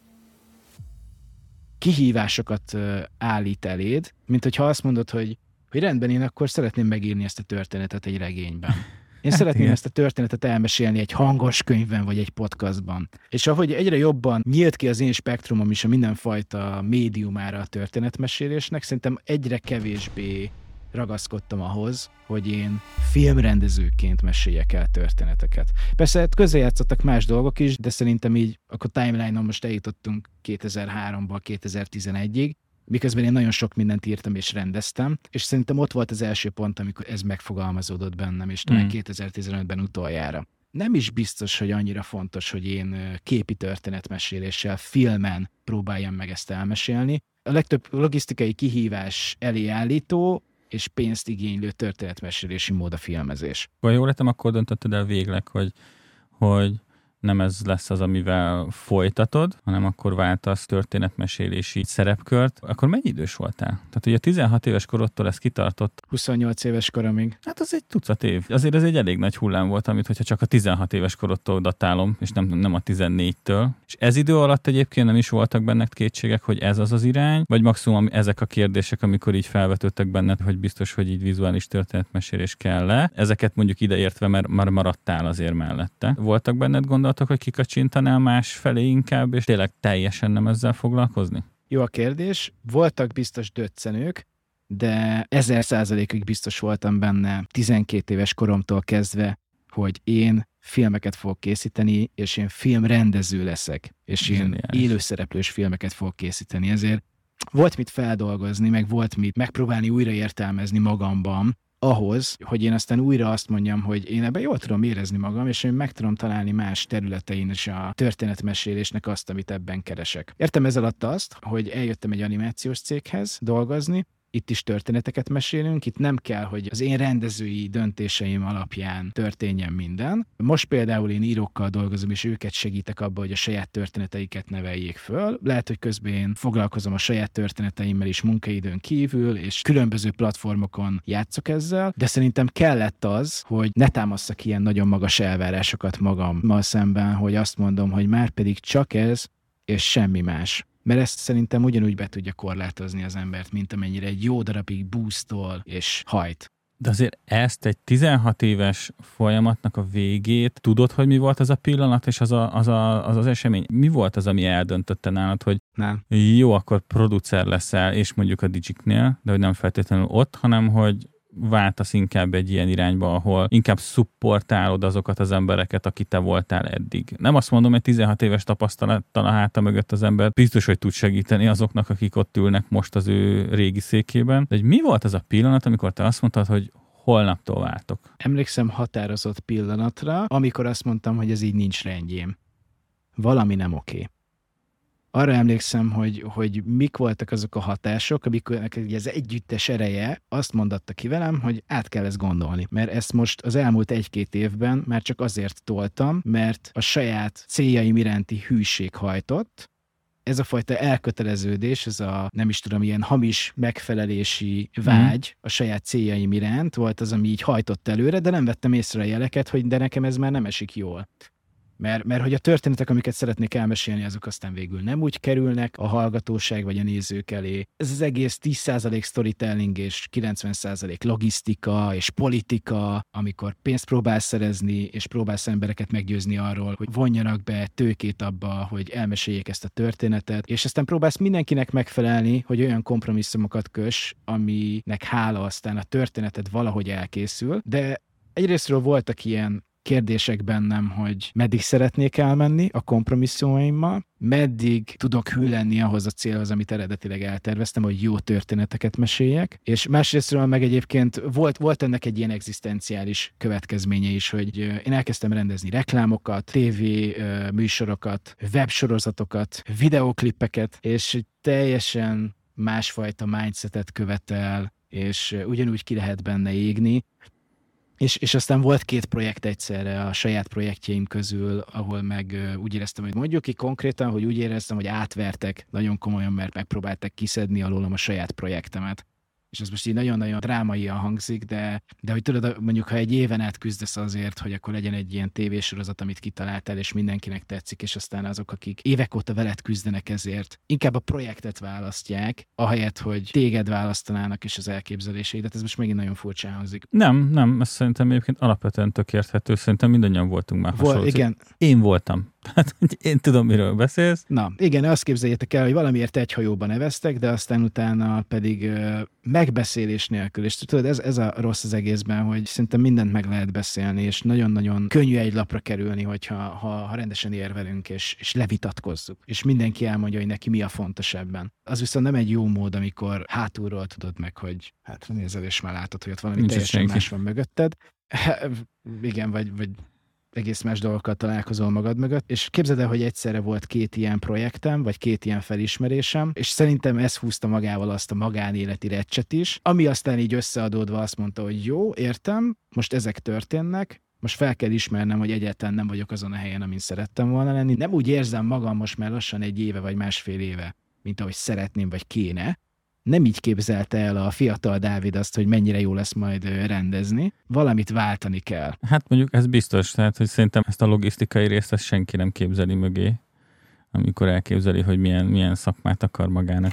kihívásokat állít eléd, mint hogyha azt mondod, hogy, hogy rendben, én akkor szeretném megírni ezt a történetet egy regényben. Én hát szeretném igen. ezt a történetet elmesélni egy hangos könyvben, vagy egy podcastban. És ahogy egyre jobban nyílt ki az én spektrumom is a mindenfajta médiumára a történetmesélésnek, szerintem egyre kevésbé ragaszkodtam ahhoz, hogy én filmrendezőként meséljek el történeteket. Persze közrejátszottak más dolgok is, de szerintem így akkor timeline-on most eljutottunk kétezer-háromból kétezer-tizenegyig, miközben én nagyon sok mindent írtam és rendeztem, és szerintem ott volt az első pont, amikor ez megfogalmazódott bennem, és talán mm. kétezer-tizenötben utoljára. Nem is biztos, hogy annyira fontos, hogy én képi történetmeséléssel, filmen próbáljam meg ezt elmesélni. A legtöbb logisztikai kihívás elé állító, és pénzt igénylő történetmesélési mód a filmezés. Ha jól lettem, akkor döntötted el végleg, hogy, hogy nem ez lesz az, amivel folytatod, hanem akkor váltasz történetmesélési szerepkört. Akkor mennyi idős voltál? Tehát ugye tizenhat éves korodtól ez kitartott. huszonnyolc éves koromig. Hát az egy tucat év. Azért ez egy elég nagy hullám volt, amit hogyha csak a tizenhat éves korodtól datálom, és nem, nem a tizennégytől. És ez idő alatt egyébként nem is voltak benned kétségek, hogy ez az az irány, vagy maximum ezek a kérdések, amikor így felvetődtek benned, hogy biztos, hogy így vizuális történetmesélés kell-e. Ezeket mondjuk ideértve, mert már maradtál azért mellette. Voltak benned gondolatok, hogy kikacsintanál más felé inkább, és tényleg teljesen nem ezzel foglalkozni? Jó a kérdés. Voltak biztos döccenők, de ezer százalékig biztos voltam benne tizenkét éves koromtól kezdve, hogy én filmeket fogok készíteni, és én filmrendező leszek, és én élőszereplős filmeket fogok készíteni. Ezért volt mit feldolgozni, meg volt mit megpróbálni újra értelmezni magamban, ahhoz, hogy én aztán újra azt mondjam, hogy én ebben jól tudom érezni magam, és én meg tudom találni más területein is a történetmesélésnek azt, amit ebben keresek. Értem ez alatt azt, hogy eljöttem egy animációs céghez dolgozni, itt is történeteket mesélünk, itt nem kell, hogy az én rendezői döntéseim alapján történjen minden. Most például én írókkal dolgozom, és őket segítek abba, hogy a saját történeteiket neveljék föl. Lehet, hogy közben én foglalkozom a saját történeteimmel is munkaidőn kívül, és különböző platformokon játszok ezzel, de szerintem kellett az, hogy ne támasszak ilyen nagyon magas elvárásokat magammal szemben, hogy azt mondom, hogy már pedig csak ez, és semmi más. Mert ezt szerintem ugyanúgy be tudja korlátozni az embert, mint amennyire egy jó darabig boostol és hajt. De azért ezt egy tizenhat éves folyamatnak a végét, tudod, hogy mi volt az a pillanat, és az a, az, a, az, az esemény? Mi volt az, ami eldöntötte nálad, hogy nem. Jó, akkor producer leszel, és mondjuk a Digiknél, de hogy nem feltétlenül ott, hanem hogy váltasz inkább egy ilyen irányba, ahol inkább szupportálod azokat az embereket, aki te voltál eddig. Nem azt mondom, hogy tizenhat éves tapasztalattal a háta mögött az ember biztos, hogy tud segíteni azoknak, akik ott ülnek most az ő régi székében. De hogy mi volt az a pillanat, amikor te azt mondtad, hogy holnaptól váltok? Emlékszem határozott pillanatra, amikor azt mondtam, hogy ez így nincs rendjén. Valami nem oké. Arra emlékszem, hogy, hogy mik voltak azok a hatások, amikor ez együttes ereje azt mondatta ki velem, hogy át kell ezt gondolni. Mert ezt most az elmúlt egy-két évben már csak azért toltam, mert a saját céljaim iránti hűség hajtott. Ez a fajta elköteleződés, ez a nem is tudom, ilyen hamis megfelelési vágy mm. a saját céljaim iránt volt az, ami így hajtott előre, de nem vettem észre a jeleket, hogy de nekem ez már nem esik jól. Mert, mert hogy a történetek, amiket szeretnék elmesélni, azok aztán végül nem úgy kerülnek a hallgatóság vagy a nézők elé. Ez az egész tíz százalék storytelling és kilencven százalék logisztika és politika, amikor pénzt próbálsz szerezni, és próbálsz embereket meggyőzni arról, hogy vonjanak be tőkét abba, hogy elmeséljék ezt a történetet, és aztán próbálsz mindenkinek megfelelni, hogy olyan kompromisszumokat köss, aminek hála aztán a történeted valahogy elkészül, de egyrésztről voltak ilyen kérdések bennem, hogy meddig szeretnék elmenni a kompromisszumaimmal, meddig tudok hű lenni ahhoz a célhoz, amit eredetileg elterveztem, hogy jó történeteket meséljek, és másrésztről meg egyébként volt, volt ennek egy ilyen egzisztenciális következménye is, hogy én elkezdtem rendezni reklámokat, tévé műsorokat, websorozatokat, videóklippeket, és teljesen másfajta mindsetet követel, és ugyanúgy ki lehet benne égni. És, és aztán volt két projekt egyszerre a saját projektjeim közül, ahol meg uh, úgy éreztem, hogy mondjuk ki konkrétan, hogy úgy éreztem, hogy átvertek nagyon komolyan, mert megpróbáltak kiszedni alólam a saját projektemet. És ez most így nagyon-nagyon drámaian hangzik, de, de hogy tudod, mondjuk ha egy éven át küzdesz azért, hogy akkor legyen egy ilyen tévésorozat, amit kitaláltál, és mindenkinek tetszik, és aztán azok, akik évek óta veled küzdenek ezért, inkább a projektet választják, ahelyett, hogy téged választanának és az elképzeléseidet. Ez most megint nagyon furcsán hangzik. Nem, nem, ez szerintem egyébként alapvetően tök érthető, szerintem mindannyian voltunk már hasonló. Vol, igen. Én voltam. Tehát én tudom, miről beszélsz. Na, igen, azt képzeljétek el, hogy valamiért egy hajóban neveztek, de aztán utána pedig ö, megbeszélés nélkül. És tudod, ez, ez a rossz az egészben, hogy szerintem mindent meg lehet beszélni, és nagyon-nagyon könnyű egy lapra kerülni, hogyha ha, ha rendesen érvelünk, és, és levitatkozzuk. És mindenki elmondja, hogy neki mi a fontos ebben. Az viszont nem egy jó mód, amikor hátulról tudod meg, hogy hátra nézel, és már látod, hogy ott valami Nincs teljesen senki. más van mögötted. Igen, vagy... vagy egész más dolgokkal találkozol magad mögött, és képzeld el, hogy egyszerre volt két ilyen projektem, vagy két ilyen felismerésem, és szerintem ez húzta magával azt a magánéleti recset is, ami aztán így összeadódva azt mondta, hogy jó, értem, most ezek történnek, most fel kell ismernem, hogy egyáltalán nem vagyok azon a helyen, amin szerettem volna lenni. Nem úgy érzem magam most már lassan egy éve vagy másfél éve, mint ahogy szeretném vagy kéne. Nem így képzelte el a fiatal Dávid azt, hogy mennyire jó lesz majd rendezni. Valamit váltani kell. Hát mondjuk ez biztos, tehát hogy szerintem ezt a logisztikai részt ezt senki nem képzeli mögé, amikor elképzeli, hogy milyen, milyen szakmát akar magának.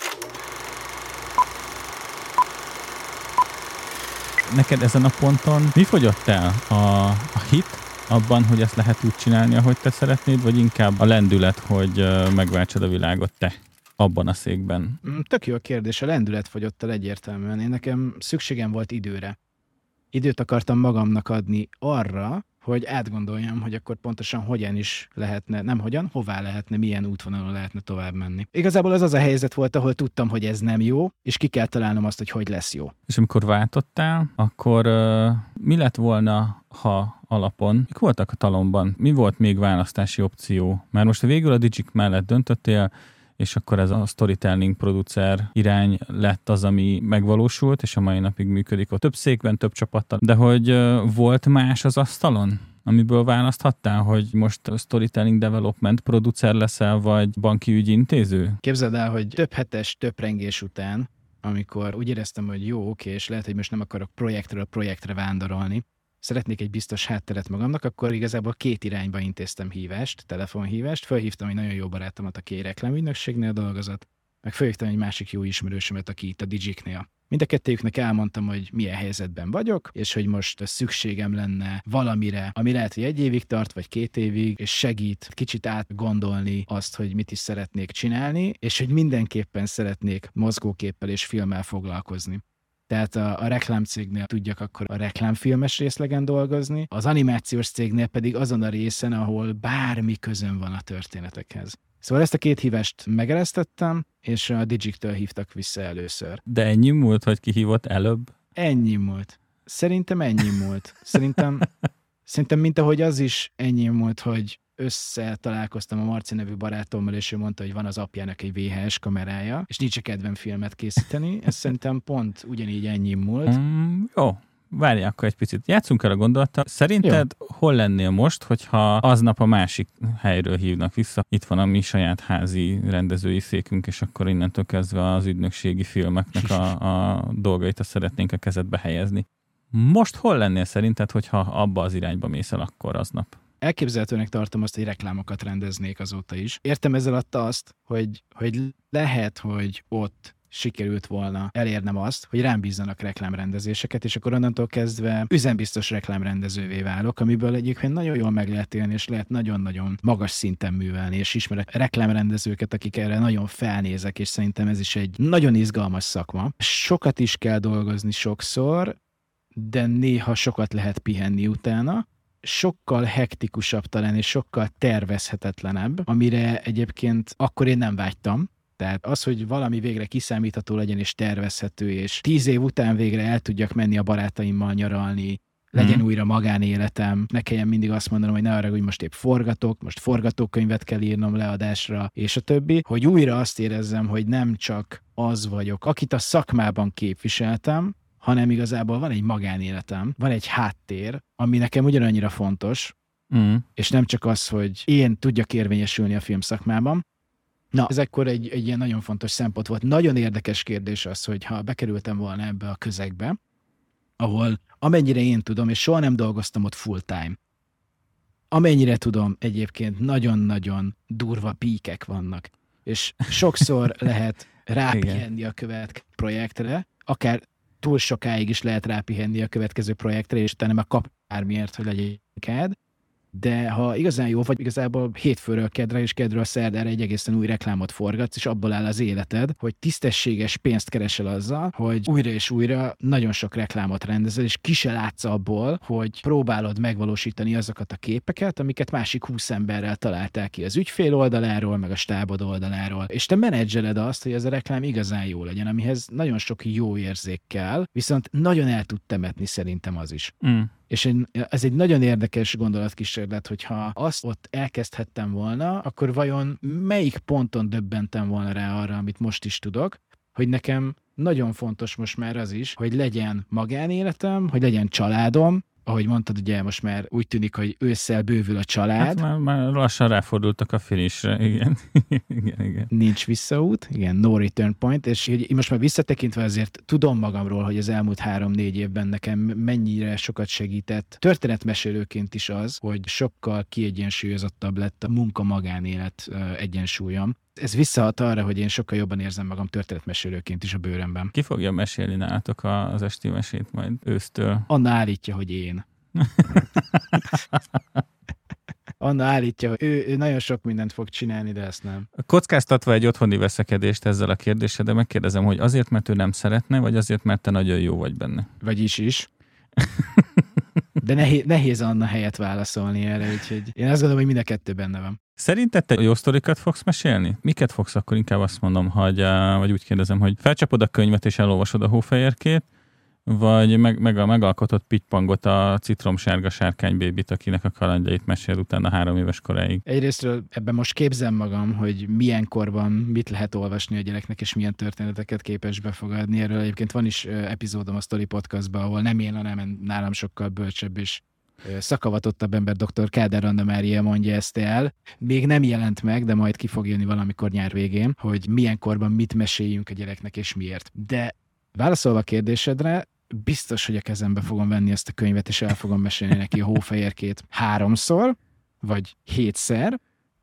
Neked ezen a ponton mi fogyott el? A, a hit abban, hogy ezt lehet úgy csinálni, ahogy te szeretnéd, vagy inkább a lendület, hogy megváltsad a világot te abban a székben? Tök jó a kérdés. A lendület fogyott el egyértelműen. Én nekem szükségem volt időre. Időt akartam magamnak adni arra, hogy átgondoljam, hogy akkor pontosan hogyan is lehetne, nem hogyan, hová lehetne, milyen útvonalon lehetne tovább menni. Igazából az az a helyzet volt, ahol tudtam, hogy ez nem jó, és ki kell találnom azt, hogy hogy lesz jó. És amikor váltottál, akkor uh, mi lett volna, ha alapon? Mik voltak a talomban? Mi volt még választási opció? Mert most végül a Digic mellett döntöttél, és akkor ez a storytelling producer irány lett az, ami megvalósult, és a mai napig működik ott több székben, több csapattal. De hogy uh, volt más az asztalon, amiből választhattál, hogy most storytelling development producer leszel, vagy banki ügyintéző? Képzeld el, hogy több hetes töprengés után, amikor úgy éreztem, hogy jó, oké, és lehet, hogy most nem akarok projektről projektre vándorolni, szeretnék egy biztos hátteret magamnak, akkor igazából két irányba intéztem hívást, telefonhívást, felhívtam egy nagyon jó barátomat, aki egy reklámügynökségnél dolgozott, meg felhívtam egy másik jó ismerősömet, aki itt a Digicnél. Mind a kettőjüknek elmondtam, hogy milyen helyzetben vagyok, és hogy most szükségem lenne valamire, ami lehet, hogy egy évig tart, vagy két évig, és segít kicsit átgondolni azt, hogy mit is szeretnék csinálni, és hogy mindenképpen szeretnék mozgóképpel és filmmel foglalkozni. Tehát a, a reklámcégnél tudjak akkor a reklámfilmes részlegen dolgozni, az animációs cégnél pedig azon a részen, ahol bármi közön van a történetekhez. Szóval ezt a két hívást megeresztettem, és a Digictől hívtak vissza először. De ennyi múlt, hogy ki hívott előbb? Ennyi múlt. Szerintem ennyi múlt. Szerintem, szerintem mint ahogy az is ennyi múlt, hogy összetalálkoztam a Marci nevű barátommal, és ő mondta, hogy van az apjának egy vé há es kamerája, és nincs kedvem filmet készíteni. Ez szerintem pont ugyanígy ennyi múlt. Mm, jó. Várj akkor egy picit. Játszunk el a gondolattal. Szerinted jó. Hol lennél most, hogyha aznap a másik helyről hívnak vissza? Itt van a mi saját házi rendezői székünk, és akkor innentől kezdve az ügynökségi filmeknek a, a dolgait azt szeretnénk a kezedbe helyezni. Most hol lennél szerinted, hogyha abba az irányba mész el akkor aznap? Elképzelhetőnek tartom azt, hogy reklámokat rendeznék azóta is. Értem ezzel alatt azt, hogy, hogy lehet, hogy ott sikerült volna elérnem azt, hogy rám bízzanak reklámrendezéseket, és akkor onnantól kezdve üzembiztos reklámrendezővé válok, amiből egyébként nagyon jól meg lehet élni, és lehet nagyon-nagyon magas szinten művelni, és ismerek reklámrendezőket, akik erre nagyon felnézek, és szerintem ez is egy nagyon izgalmas szakma. Sokat is kell dolgozni sokszor, de néha sokat lehet pihenni utána, sokkal hektikusabb talán, és sokkal tervezhetetlenebb, amire egyébként akkor én nem vágytam. Tehát az, hogy valami végre kiszámítható legyen és tervezhető, és tíz év után végre el tudjak menni a barátaimmal nyaralni, legyen mm. újra magánéletem, ne kelljen mindig azt mondanom, hogy ne arra, hogy most épp forgatok, most forgatókönyvet kell írnom leadásra, és a többi, hogy újra azt érezzem, hogy nem csak az vagyok, akit a szakmában képviseltem, hanem igazából van egy magánéletem, van egy háttér, ami nekem ugyanannyira fontos, mm. és nem csak az, hogy én tudjak érvényesülni a filmszakmában. Na, ez ekkor egy, egy ilyen nagyon fontos szempont volt. Nagyon érdekes kérdés az, hogy ha bekerültem volna ebbe a közegbe, ahol amennyire én tudom, és soha nem dolgoztam ott full time, amennyire tudom, egyébként nagyon-nagyon durva píkek vannak, és sokszor lehet rápihenni a következő projektre, akár túl sokáig is lehet rápihenni a következő projektre, és utána már kap bármiért, hogy legyen kád. De ha igazán jó vagy, igazából hétfőről kedre és kedről szerdára egy egészen új reklámot forgatsz, és abból áll az életed, hogy tisztességes pénzt keresel azzal, hogy újra és újra nagyon sok reklámot rendezel, és ki se látsz abból, hogy próbálod megvalósítani azokat a képeket, amiket másik húsz emberrel találtál ki az ügyfél oldaláról, meg a stábod oldaláról. És te menedzseled azt, hogy ez a reklám igazán jó legyen, amihez nagyon sok jó érzék kell, viszont nagyon el tud temetni szerintem az is. Mm. És ez egy nagyon érdekes gondolatkísérlet, hogyha azt ott elkezdhettem volna, akkor vajon melyik ponton döbbentem volna rá arra, amit most is tudok, hogy nekem nagyon fontos most már az is, hogy legyen magánéletem, hogy legyen családom, ahogy mondtad, ugye most már úgy tűnik, hogy ősszel bővül a család. Hát már, már lassan ráfordultak a finishre, igen. igen, igen. Nincs visszaút, igen, no return point, és így most már visszatekintve azért tudom magamról, hogy az elmúlt három-négy évben nekem mennyire sokat segített történetmesélőként is az, hogy sokkal kiegyensúlyozottabb lett a munka-magánélet egyensúlyom. Ez visszahat arra, hogy én sokkal jobban érzem magam történetmesélőként is a bőrömben. Ki fogja mesélni nálatok az esti mesét majd ősztől? Anna állítja, hogy én. Anna állítja, hogy ő, ő nagyon sok mindent fog csinálni, de ezt nem. Kockáztatva egy otthoni veszekedést ezzel a kérdéssel, de megkérdezem, hogy azért, mert ő nem szeretne, vagy azért, mert te nagyon jó vagy benne? Vagyis is. De nehéz, nehéz Anna helyet válaszolni erre, úgyhogy én azt gondolom, hogy mind a kettő benne van. Szerinted te jó sztorikat fogsz mesélni? Miket fogsz? Akkor inkább azt mondom, hogy, vagy úgy kérdezem, hogy felcsapod a könyvet és elolvasod a Hófehérkét, vagy meg, meg a megalkotott pitpangot, a citromsárga sárkánybébit, akinek a kalandjait mesél utána három éves koráig. Egyrésztről ebben most képzem magam, hogy milyen korban mit lehet olvasni a gyereknek, és milyen történeteket képes befogadni. Erről egyébként van is epizódom a Story Podcastban, ahol nem én, hanem nálam sokkal bölcsebb és szakavatottabb ember, dr. Kádár Anna Mária mondja ezt el. Még nem jelent meg, de majd ki fog jönni valamikor nyár végén, hogy milyen korban mit meséljünk a gyereknek és miért. De válaszolva a kérdésedre, biztos, hogy a kezembe fogom venni ezt a könyvet, és el fogom mesélni neki a Hófehérkét háromszor, vagy hétszer,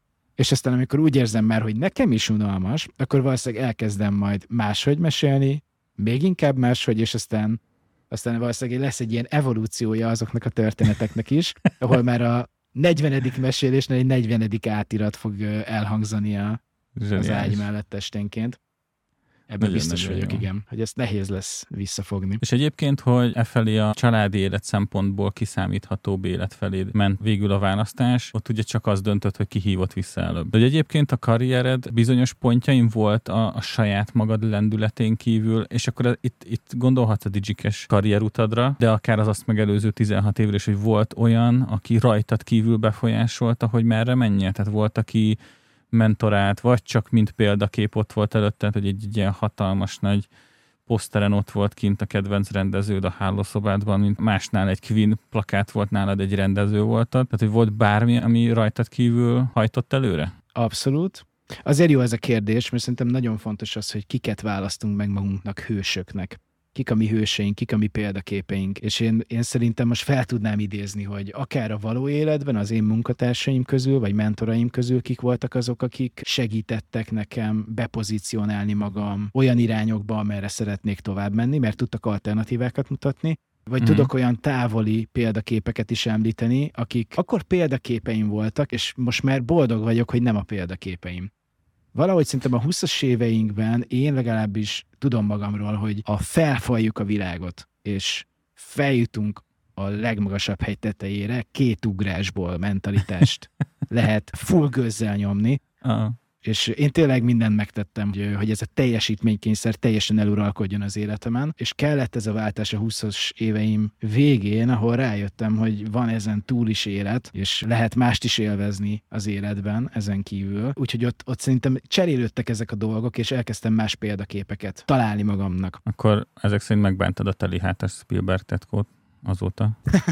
és aztán amikor úgy érzem már, hogy nekem is unalmas, akkor valószínűleg elkezdem majd máshogy mesélni, még inkább máshogy, és aztán, aztán valószínűleg lesz egy ilyen evolúciója azoknak a történeteknek is, ahol már a negyvenedik mesélésnél egy negyvenedik átirat fog elhangzani a, az ágy mellett esténként. Ebben nagyon biztos nagyon vagyok, jó. Igen, hogy ezt nehéz lesz visszafogni. És egyébként, hogy e felé a családi élet szempontból kiszámíthatóbb élet felé ment végül a választás, ott ugye csak az döntött, hogy ki hívott vissza előbb. De egyébként a karriered bizonyos pontjain volt a, a saját magad lendületén kívül, és akkor itt, itt gondolhatsz a Digikes karrierutadra, de akár az azt megelőző tizenhat évre is, hogy volt olyan, aki rajtad kívül befolyásolta, hogy merre menjél. Tehát volt, aki mentorált, vagy csak mint példakép ott volt előtte, hogy egy, egy ilyen hatalmas nagy poszteren ott volt kint a kedvenc rendeződ a hálószobádban, mint másnál egy Queen plakát volt, nálad egy rendező voltad. Tehát, hogy volt bármi, ami rajtad kívül hajtott előre? Abszolút. Azért jó ez a kérdés, mert szerintem nagyon fontos az, hogy kiket választunk meg magunknak hősöknek. Kik a mi hőseink, kik a mi példaképeink. És én, én szerintem most fel tudnám idézni, hogy akár a való életben az én munkatársaim közül, vagy mentoraim közül kik voltak azok, akik segítettek nekem bepozícionálni magam olyan irányokba, amerre szeretnék tovább menni, mert tudtak alternatívákat mutatni, vagy mm. tudok olyan távoli példaképeket is említeni, akik akkor példaképeim voltak, és most már boldog vagyok, hogy nem a példaképeim. Valahogy szerintem a huszas éveinkben én legalábbis tudom magamról, hogy ha felfaljuk a világot, és feljutunk a legmagasabb hegy tetejére, két ugrásból mentalitást lehet full gőzzel nyomni, uh. és én tényleg mindent megtettem, hogy, hogy ez a teljesítménykényszer teljesen eluralkodjon az életemen, és kellett ez a váltás a huszas éveim végén, ahol rájöttem, hogy van ezen túl is élet, és lehet mást is élvezni az életben ezen kívül. Úgyhogy ott, ott szerintem cserélődtek ezek a dolgok, és elkezdtem más példaképeket találni magamnak. Akkor ezek szerint megbántad a teli hátas Spielberg tetkót azóta?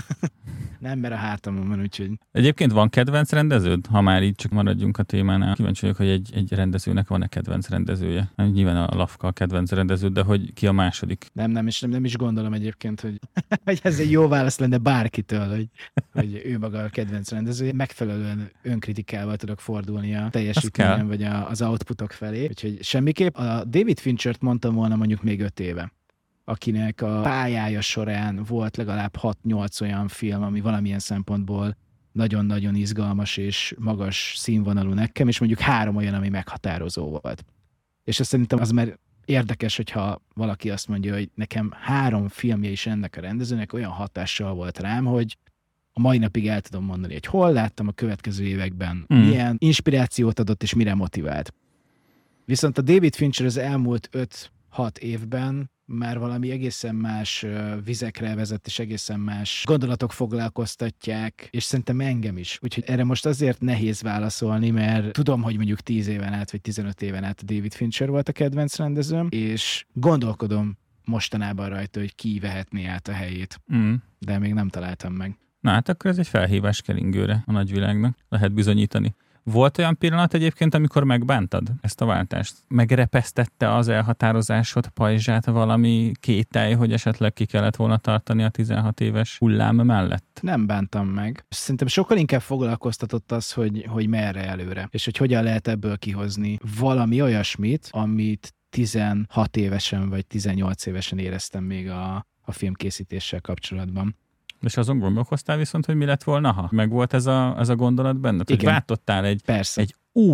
Nem, mert a hátamon van, úgyhogy... Egyébként van kedvenc rendeződ? Ha már így csak maradjunk a témánál. Kíváncsi vagyok, hogy egy, egy rendezőnek van-e kedvenc rendezője. Nem, nyilván a Lafka a kedvenc rendeződ, de hogy ki a második? Nem, nem, és nem, nem is gondolom egyébként, hogy, hogy ez egy jó válasz lenne bárkitől, hogy, hogy ő maga a kedvenc rendezője. Megfelelően önkritikával tudok fordulni a teljesítményen, vagy a, az outputok felé. Úgyhogy semmiképp. A David Finchert mondtam volna mondjuk még öt éve, akinek a pályája során volt legalább hat-nyolc olyan film, ami valamilyen szempontból nagyon-nagyon izgalmas és magas színvonalú nekem, és mondjuk három olyan, ami meghatározó volt. És azt szerintem az már érdekes, hogyha valaki azt mondja, hogy nekem három filmje is ennek a rendezőnek olyan hatással volt rám, hogy a mai napig el tudom mondani, hogy hol láttam a következő években, mm. milyen inspirációt adott és mire motivált. Viszont a David Fincher az elmúlt öt-hat évben már valami egészen más vizekre vezet, és egészen más gondolatok foglalkoztatják, és szerintem engem is. Úgyhogy erre most azért nehéz válaszolni, mert tudom, hogy mondjuk tíz éven át, vagy tizenöt éven át David Fincher volt a kedvenc rendezőm, és gondolkodom mostanában rajta, hogy ki vehetné át a helyét. Mm. De még nem találtam meg. Na hát akkor ez egy felhívás keringőre a nagyvilágnak. Lehet bizonyítani. Volt olyan pillanat egyébként, amikor megbántad ezt a váltást? Megrepesztette az elhatározásod pajzsát valami kételj, hogy esetleg ki kellett volna tartani a tizenhat éves hullám mellett? Nem bántam meg. Szerintem sokkal inkább foglalkoztatott az, hogy, hogy merre előre, és hogy hogyan lehet ebből kihozni valami olyasmit, amit tizenhat évesen vagy tizennyolc évesen éreztem még a, a filmkészítéssel kapcsolatban. És azon gondolkoztál viszont, hogy mi lett volna, ha meg volt ez a, ez a gondolat benned? Hogy váltottál egy, egy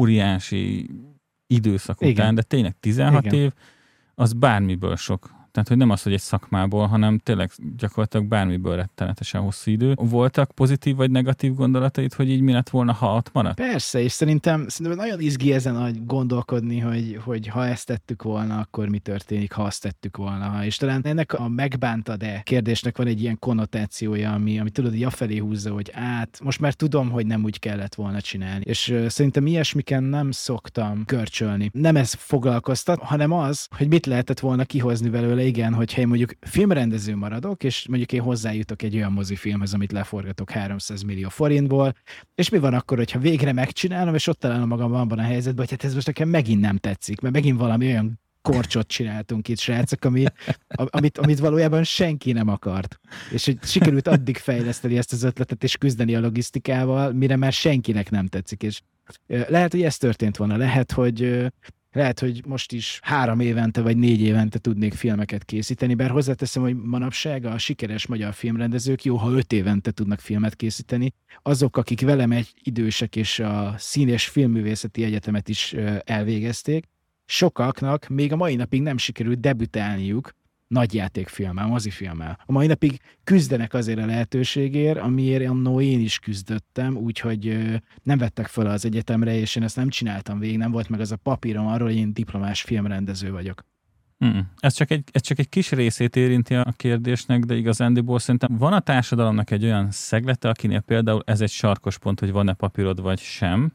óriási időszak Igen. után, de tényleg tizenhat Igen. év, az bármiből sok. Tehát, hogy nem az, hogy egy szakmából, hanem tényleg gyakorlatilag bármiből rettenetesen hosszú idő. Voltak pozitív vagy negatív gondolataid, hogy így mi lett volna, ha ott maradt? Persze, és szerintem, szerintem nagyon izgi ezen hogy gondolkodni, hogy, hogy ha ezt tettük volna, akkor mi történik, ha azt tettük volna. És talán ennek a megbántad-e kérdésnek van egy ilyen konnotációja, ami, ami tudod, így afelé húzza, hogy át, most már tudom, hogy nem úgy kellett volna csinálni. És uh, szerintem ilyesmiken nem szoktam görcsölni. Nem ez foglalkoztat, hanem az, hogy mit lehetett volna kihozni belőle. Igen, hogyha én mondjuk filmrendező maradok, és mondjuk én hozzájutok egy olyan mozifilmhez, amit leforgatok háromszáz millió forintból, és mi van akkor, hogyha végre megcsinálom, és ott találom magam abban a helyzetben, hogy hát ez most nekem megint nem tetszik, mert megint valami olyan korcsot csináltunk itt, srácok, ami, amit, amit valójában senki nem akart. És hogy sikerült addig fejleszteni ezt az ötletet, és küzdeni a logisztikával, mire már senkinek nem tetszik. És lehet, hogy ez történt volna, lehet, hogy Lehet, hogy most is három évente vagy négy évente tudnék filmeket készíteni, bár hozzáteszem, hogy manapság a sikeres magyar filmrendezők jó, ha öt évente tudnak filmet készíteni. Azok, akik velem egy idősek és a Szín- és Filmművészeti Egyetemet is elvégezték, sokaknak még a mai napig nem sikerült debütálniuk nagyjátékfilmmel, mozifilmmel. A mai napig küzdenek azért a lehetőségért, amiért annó én is küzdöttem, úgyhogy nem vettek fel az egyetemre, és én ezt nem csináltam végig, nem volt meg az a papírom arról, hogy én diplomás filmrendező vagyok. Hmm. Ez, csak egy, ez csak egy kis részét érinti a kérdésnek, de igazándiból szerintem van a társadalomnak egy olyan szeglete, akinél például ez egy sarkos pont, hogy van-e papírod vagy sem,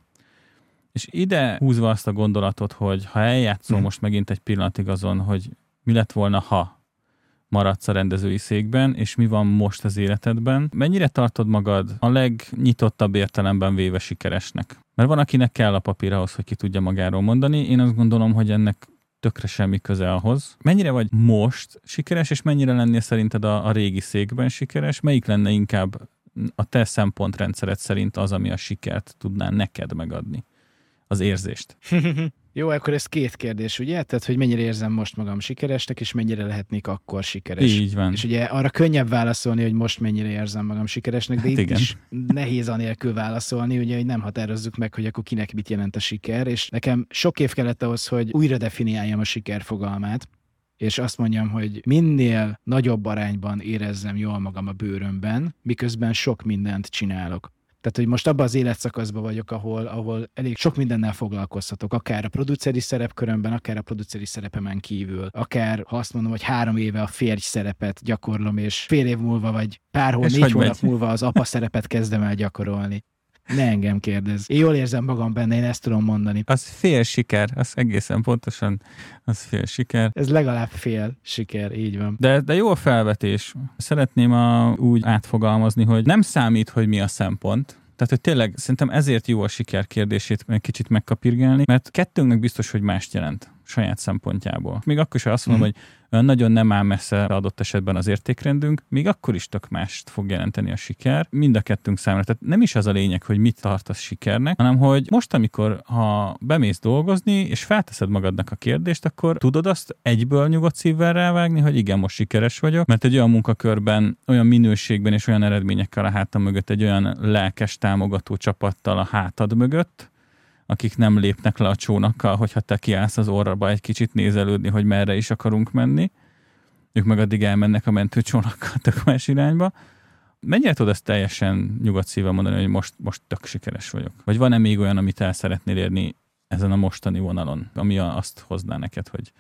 és ide húzva azt a gondolatot, hogy ha eljátszol hmm. most megint egy pillanatig azon, hogy mi lett volna, ha maradsz a rendezői székben, és mi van most az életedben. Mennyire tartod magad a legnyitottabb értelemben véve sikeresnek? Mert van, akinek kell a papír ahhoz, hogy ki tudja magáról mondani. Én azt gondolom, hogy ennek tökre semmi köze ahhoz. Mennyire vagy most sikeres, és mennyire lennél szerinted a, a régi székben sikeres? Melyik lenne inkább a te szempontrendszered szerint az, ami a sikert tudná neked megadni? Az érzést. Jó, akkor ez két kérdés, ugye? Tehát, hogy mennyire érzem most magam sikeresnek, és mennyire lehetnék akkor sikeres. Így van. És ugye arra könnyebb válaszolni, hogy most mennyire érzem magam sikeresnek, de hát itt igen. is nehéz anélkül válaszolni, ugye, hogy nem határozzuk meg, hogy akkor kinek mit jelent a siker, és nekem sok év kellett ahhoz, hogy újra definiáljam a siker fogalmát, és azt mondjam, hogy minél nagyobb arányban érezzem jól magam a bőrömben, miközben sok mindent csinálok. Tehát, hogy most abban az életszakaszban vagyok, ahol, ahol elég sok mindennel foglalkozhatok, akár a produceri szerepkörömben, akár a produceri szerepemen kívül, akár, ha azt mondom, hogy három éve a férj szerepet gyakorlom, és fél év múlva, vagy pár hó, négy hónap megy? múlva az apa szerepet kezdem el gyakorolni. Ne engem kérdezz. Én jól érzem magam benne, én ezt tudom mondani. Az fél siker, az egészen pontosan, az fél siker. Ez legalább fél siker, így van. De, de jó a felvetés. Szeretném a, úgy átfogalmazni, hogy nem számít, hogy mi a szempont. Tehát, hogy tényleg szerintem ezért jó a siker kérdését egy kicsit megkapirgálni, mert kettőnknek biztos, hogy mást jelent saját szempontjából. Még akkor is, ha azt mondom, mm. hogy olyan nagyon nem áll messze adott esetben az értékrendünk, még akkor is tök mást fog jelenteni a siker. Mind a kettőnk számára. Tehát nem is az a lényeg, hogy mit tartasz sikernek, hanem hogy most, amikor ha bemész dolgozni, és felteszed magadnak a kérdést, akkor tudod azt egyből nyugodt szívvel rávágni, hogy igen, most sikeres vagyok, mert egy olyan munkakörben, olyan minőségben és olyan eredményekkel a hátam mögött, egy olyan lelkes támogató csapattal a hátad mögött, akik nem lépnek le a csónakkal, hogyha te kiállsz az orraba egy kicsit nézelődni, hogy merre is akarunk menni. Ők meg addig elmennek a mentőcsónakkal tök más irányba. Mennyire tudod ezt teljesen nyugodt szívvel mondani, hogy most, most tök sikeres vagyok? Vagy van-e még olyan, amit el szeretnél érni ezen a mostani vonalon, ami azt hozná neked, hogy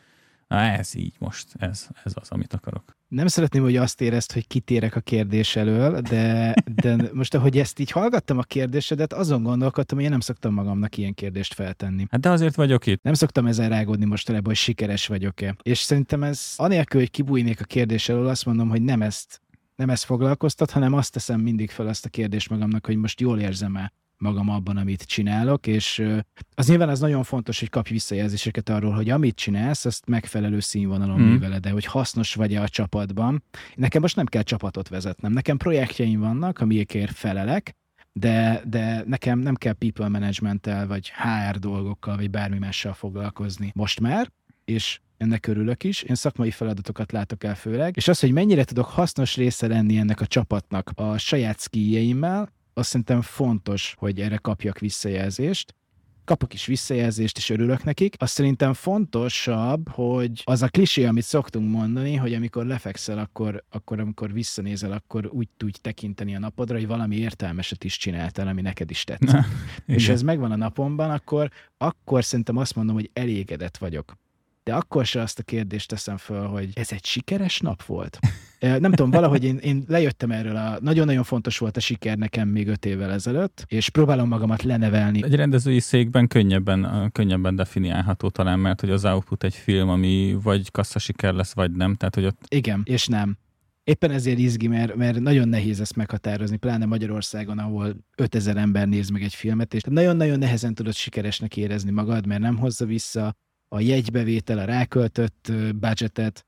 Na, ez így most, ez, ez az, amit akarok. Nem szeretném, hogy azt érezt, hogy kitérek a kérdés elől, de, de most, ahogy ezt így hallgattam a kérdésedet, azon gondolkodtam, hogy én nem szoktam magamnak ilyen kérdést feltenni. Hát de azért vagyok itt. Nem szoktam ezzel rágódni mostanában, hogy sikeres vagyok-e. És szerintem ez, anélkül, hogy kibújnék a kérdés elől, azt mondom, hogy nem ezt, nem ezt foglalkoztat, hanem azt teszem mindig fel azt a kérdést magamnak, hogy most jól érzem-e magam abban, amit csinálok, és az nyilván az nagyon fontos, hogy kapj visszajelzéseket arról, hogy amit csinálsz, azt megfelelő színvonalon hmm. műveled, de hogy hasznos vagy-e a csapatban. Nekem most nem kell csapatot vezetnem. Nekem projektjeim vannak, amikért felelek, de, de nekem nem kell people managementtel, vagy há er dolgokkal, vagy bármi mással foglalkozni most már, és ennek örülök is. Én szakmai feladatokat látok el főleg, és az, hogy mennyire tudok hasznos része lenni ennek a csapatnak a saját skilljeimmel, azt szerintem fontos, hogy erre kapjak visszajelzést. Kapok is visszajelzést, és örülök nekik. Azt szerintem fontosabb, hogy az a klisé, amit szoktunk mondani, hogy amikor lefekszel, akkor, akkor amikor visszanézel, akkor úgy tudj tekinteni a napodra, hogy valami értelmeset is csináltál, ami neked is tetszik. Na, és ez megvan a napomban, akkor, akkor szerintem azt mondom, hogy elégedett vagyok. De akkor se azt a kérdést teszem föl, hogy ez egy sikeres nap volt. Nem tudom, valahogy én, én lejöttem erről, a, nagyon-nagyon fontos volt a siker nekem még öt évvel ezelőtt, és próbálom magamat lenevelni. Egy rendezői székben könnyebben, könnyebben definiálható talán, mert hogy az output egy film, ami vagy kassza siker lesz, vagy nem. Tehát, hogy ott... Igen, és nem. Éppen ezért izgi, mert, mert nagyon nehéz ezt meghatározni, pláne Magyarországon, ahol ötezer ember néz meg egy filmet, és nagyon-nagyon nehezen tudod sikeresnek érezni magad, mert nem hozza vissza a jegybevétel, a ráköltött budgetet.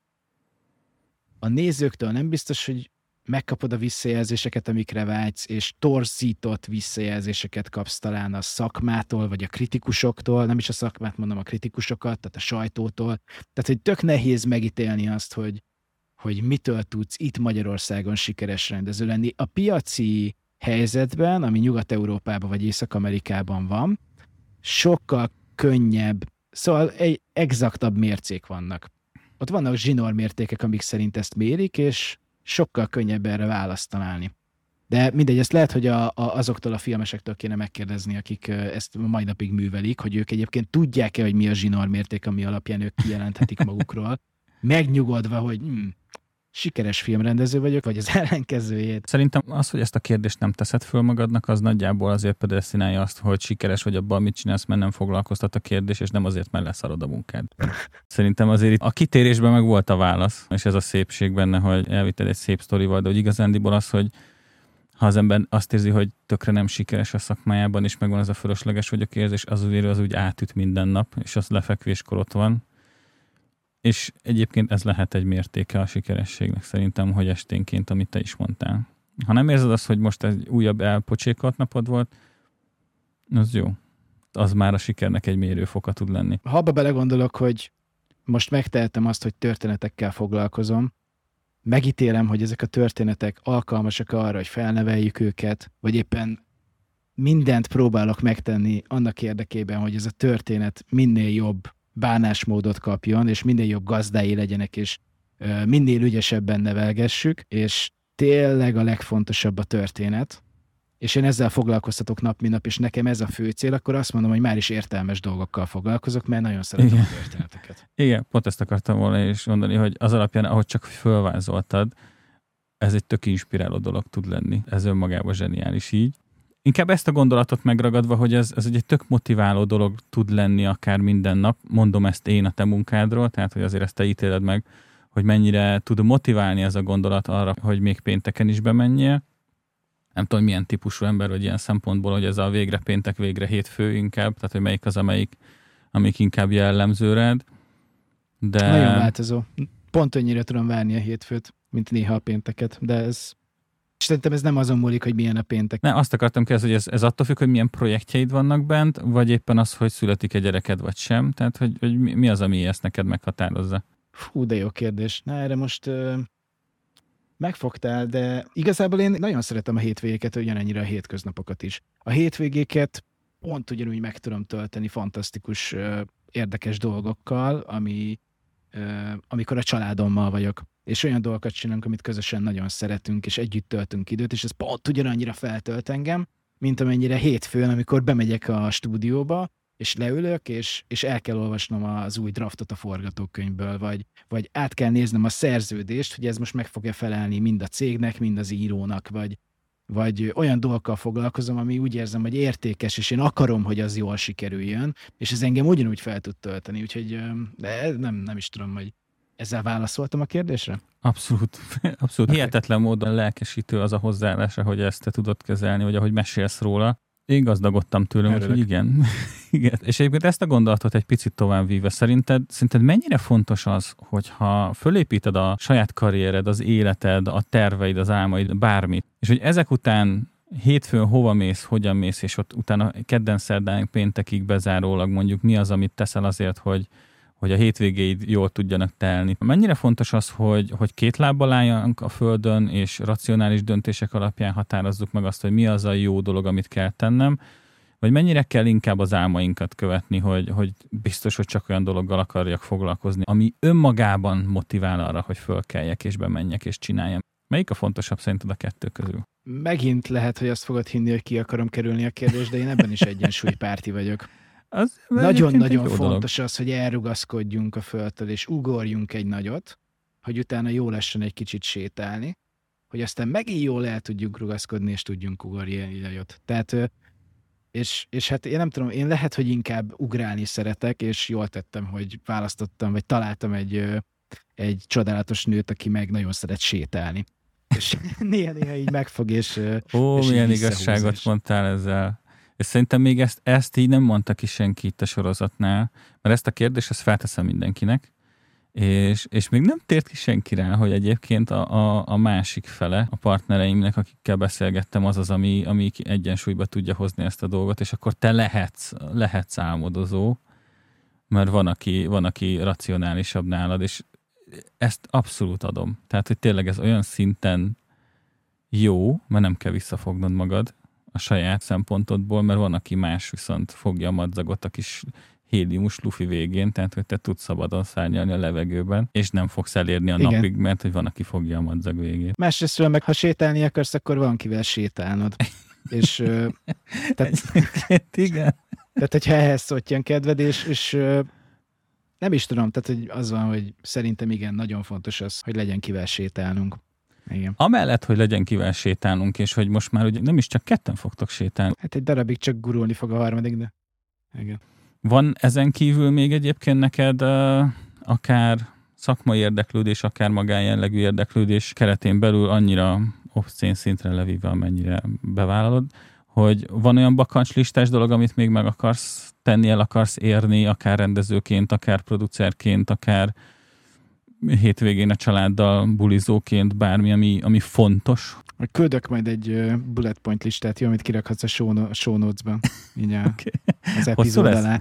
A nézőktől nem biztos, hogy megkapod a visszajelzéseket, amikre vágysz, és torzított visszajelzéseket kapsz talán a szakmától, vagy a kritikusoktól, nem is a szakmát mondom, a kritikusokat, tehát a sajtótól. Tehát, hogy tök nehéz megítélni azt, hogy, hogy mitől tudsz itt Magyarországon sikeres rendező lenni. A piaci helyzetben, ami Nyugat-Európában vagy Észak-Amerikában van, sokkal könnyebb, szóval egy exaktabb mércék vannak. Ott vannak zsinórmértékek, amik szerint ezt mérik, és sokkal könnyebb erre választ találni. De mindegy, ezt lehet, hogy a, a, azoktól a filmesektől kéne megkérdezni, akik ezt mai napig művelik, hogy ők egyébként tudják-e, hogy mi a zsinórmérték, ami alapján ők kijelenthetik magukról. Megnyugodva, hogy hm, sikeres filmrendező vagyok, vagy az ellenkezőjét. Szerintem az, hogy ezt a kérdést nem teszed föl magadnak, az nagyjából azért predesztinálja azt, hogy sikeres vagy abban, mit csinálsz, mert nem foglalkoztat a kérdés, és nem azért, mert leszarod a munkád. Szerintem azért itt a kitérésben meg volt a válasz, és ez a szépség benne, hogy elvitted egy szép sztorival, de hogy igazándiból az, hogy ha az ember azt érzi, hogy tökre nem sikeres a szakmájában, és megvan az a fölösleges vagyok érzés, az azért az úgy átüt minden nap, és az lefekvéskor ott van. És egyébként ez lehet egy mértéke a sikerességnek szerintem, hogy esténként, amit te is mondtál. Ha nem érzed azt, hogy most egy újabb elpocsékolt napod volt, az jó. Az már a sikernek egy mérőfoka tud lenni. Ha abba belegondolok, hogy most megtehetem azt, hogy történetekkel foglalkozom, megítélem, hogy ezek a történetek alkalmasak arra, hogy felneveljük őket, vagy éppen mindent próbálok megtenni annak érdekében, hogy ez a történet minél jobb bánásmódot kapjon, és minél jobb gazdái legyenek, és uh, minél ügyesebben nevelgessük, és tényleg a legfontosabb a történet, és én ezzel foglalkoztatok nap, mint nap, és nekem ez a fő cél, akkor azt mondom, hogy már is értelmes dolgokkal foglalkozok, mert nagyon szeretem Igen. a történeteket. Igen, pont ezt akartam volna is mondani, hogy az alapján, ahogy csak fölvázoltad, ez egy tök inspiráló dolog tud lenni. Ez önmagában zseniális így. Inkább ezt a gondolatot megragadva, hogy ez, ez egy tök motiváló dolog tud lenni akár minden nap. Mondom ezt én a te munkádról, tehát hogy azért ezt te ítéled meg, hogy mennyire tud motiválni ez a gondolat arra, hogy még pénteken is bemenjél. Nem tudom, milyen típusú ember vagy ilyen szempontból, hogy ez a végre péntek, végre hétfő inkább, tehát hogy melyik az, amelyik, amik inkább jellemző rád. De... Nagyon változó. Pont annyira tudom várni a hétfőt, mint néha a pénteket, de ez... És szerintem ez nem azon múlik, hogy milyen a péntek. Ne, azt akartam kérdezni, hogy ez, ez attól függ, hogy milyen projektjeid vannak bent, vagy éppen az, hogy születik egy gyereked, vagy sem. Tehát, hogy, hogy mi az, ami ezt neked meghatározza? Fú, de jó kérdés. Na, erre most uh, megfogtál, de igazából én nagyon szeretem a hétvégéket, ugyanennyire a hétköznapokat is. A hétvégéket pont ugyanúgy meg tudom tölteni fantasztikus, uh, érdekes dolgokkal, ami, uh, amikor a családommal vagyok. És olyan dolgokat csinálunk, amit közösen nagyon szeretünk, és együtt töltünk időt, és ez pont ugyanannyira feltölt engem, mint amennyire hétfőn, amikor bemegyek a stúdióba, és leülök, és, és el kell olvasnom az új draftot a forgatókönyvből, vagy, vagy át kell néznem a szerződést, hogy ez most meg fogja felelni mind a cégnek, mind az írónak, vagy, vagy olyan dolgokkal foglalkozom, ami úgy érzem, hogy értékes, és én akarom, hogy az jól sikerüljön, és ez engem ugyanúgy fel tud tölteni, úgyhogy de nem, nem is tudom, hogy ezzel válaszoltam a kérdésre? Abszolút. Abszolút. Okay. Hihetetlen módon lelkesítő az a hozzáállása, hogy ezt te tudod kezelni, vagy ahogy mesélsz róla. Én gazdagodtam tőlem, hogy igen. igen. És egyébként ezt a gondolatot egy picit tovább víve, szerinted, szerinted mennyire fontos az, hogyha fölépíted a saját karriered, az életed, a terveid, az álmaid, bármit, és hogy ezek után hétfőn hova mész, hogyan mész, és ott utána kedden, szerdán, péntekig bezárólag mondjuk mi az, amit teszel azért, hogy hogy a hétvégéid jól tudjanak telni. Mennyire fontos az, hogy, hogy két lábbal álljunk a földön, és racionális döntések alapján határozzuk meg azt, hogy mi az a jó dolog, amit kell tennem, vagy mennyire kell inkább az álmainkat követni, hogy, hogy biztos, hogy csak olyan dologgal akarjak foglalkozni, ami önmagában motivál arra, hogy fölkeljek, és bemenjek, és csináljam. Melyik a fontosabb szerinted a kettő közül? Megint lehet, hogy azt fogod hinni, hogy ki akarom kerülni a kérdést, de én ebben is egyensúlypárti vagyok. Nagyon-nagyon fontos dolog az, hogy elrugaszkodjunk a földtől, és ugorjunk egy nagyot, hogy utána jó lessen egy kicsit sétálni, hogy aztán megint jól el tudjuk rugaszkodni, és tudjunk ugorni egy nagyot. Tehát, és, és hát én nem tudom, én lehet, hogy inkább ugrálni szeretek, és jól tettem, hogy választottam, vagy találtam egy, egy csodálatos nőt, aki meg nagyon szeret sétálni. És néha-néha így megfog, és Ó, és milyen igazságot és... mondtál ezzel. És szerintem még ezt, ezt így nem mondta ki senki itt a sorozatnál, mert ezt a kérdést ezt felteszem mindenkinek, és, és még nem tért ki senki rá, hogy egyébként a, a, a másik fele, a partnereimnek, akikkel beszélgettem, az az, ami, ami egyensúlyba tudja hozni ezt a dolgot, és akkor te lehetsz, lehetsz álmodozó, mert van aki, van, aki racionálisabb nálad, és ezt abszolút adom. Tehát, hogy tényleg ez olyan szinten jó, mert nem kell visszafognod magad a saját szempontodból, mert van, aki más viszont fogja a madzagot a kis héliumus lufi végén, tehát hogy te tudsz szabadon szárnyalni a levegőben, és nem fogsz elérni a igen. napig, mert hogy van, aki fogja a madzag végét. Másrésztről meg, ha sétálni akarsz, akkor van kivel sétálnod. és ö, tehát, igen. tehát, hogyha ehhez szottyan kedved, és, és ö, nem is tudom, tehát hogy az van, hogy szerintem igen, nagyon fontos az, hogy legyen kivel sétálnunk. Igen. Amellett, hogy legyen kivel sétálnunk, és hogy most már ugye nem is csak ketten fogtok sétálni. Hát egy darabig csak gurulni fog a harmadik, de igen. Van ezen kívül még egyébként neked uh, akár szakmai érdeklődés, akár magánjellegű érdeklődés keretén belül annyira obszcén szintre levíve, amennyire bevállalod, hogy van olyan bakancslistás dolog, amit még meg akarsz tenni, el akarsz érni, akár rendezőként, akár producerként, akár hétvégén a családdal bulizóként, bármi, ami, ami fontos. Küldök majd egy bullet point listát, jó, amit kirakhatsz a show, show notes-ban. Így a, okay. Az epizód alá.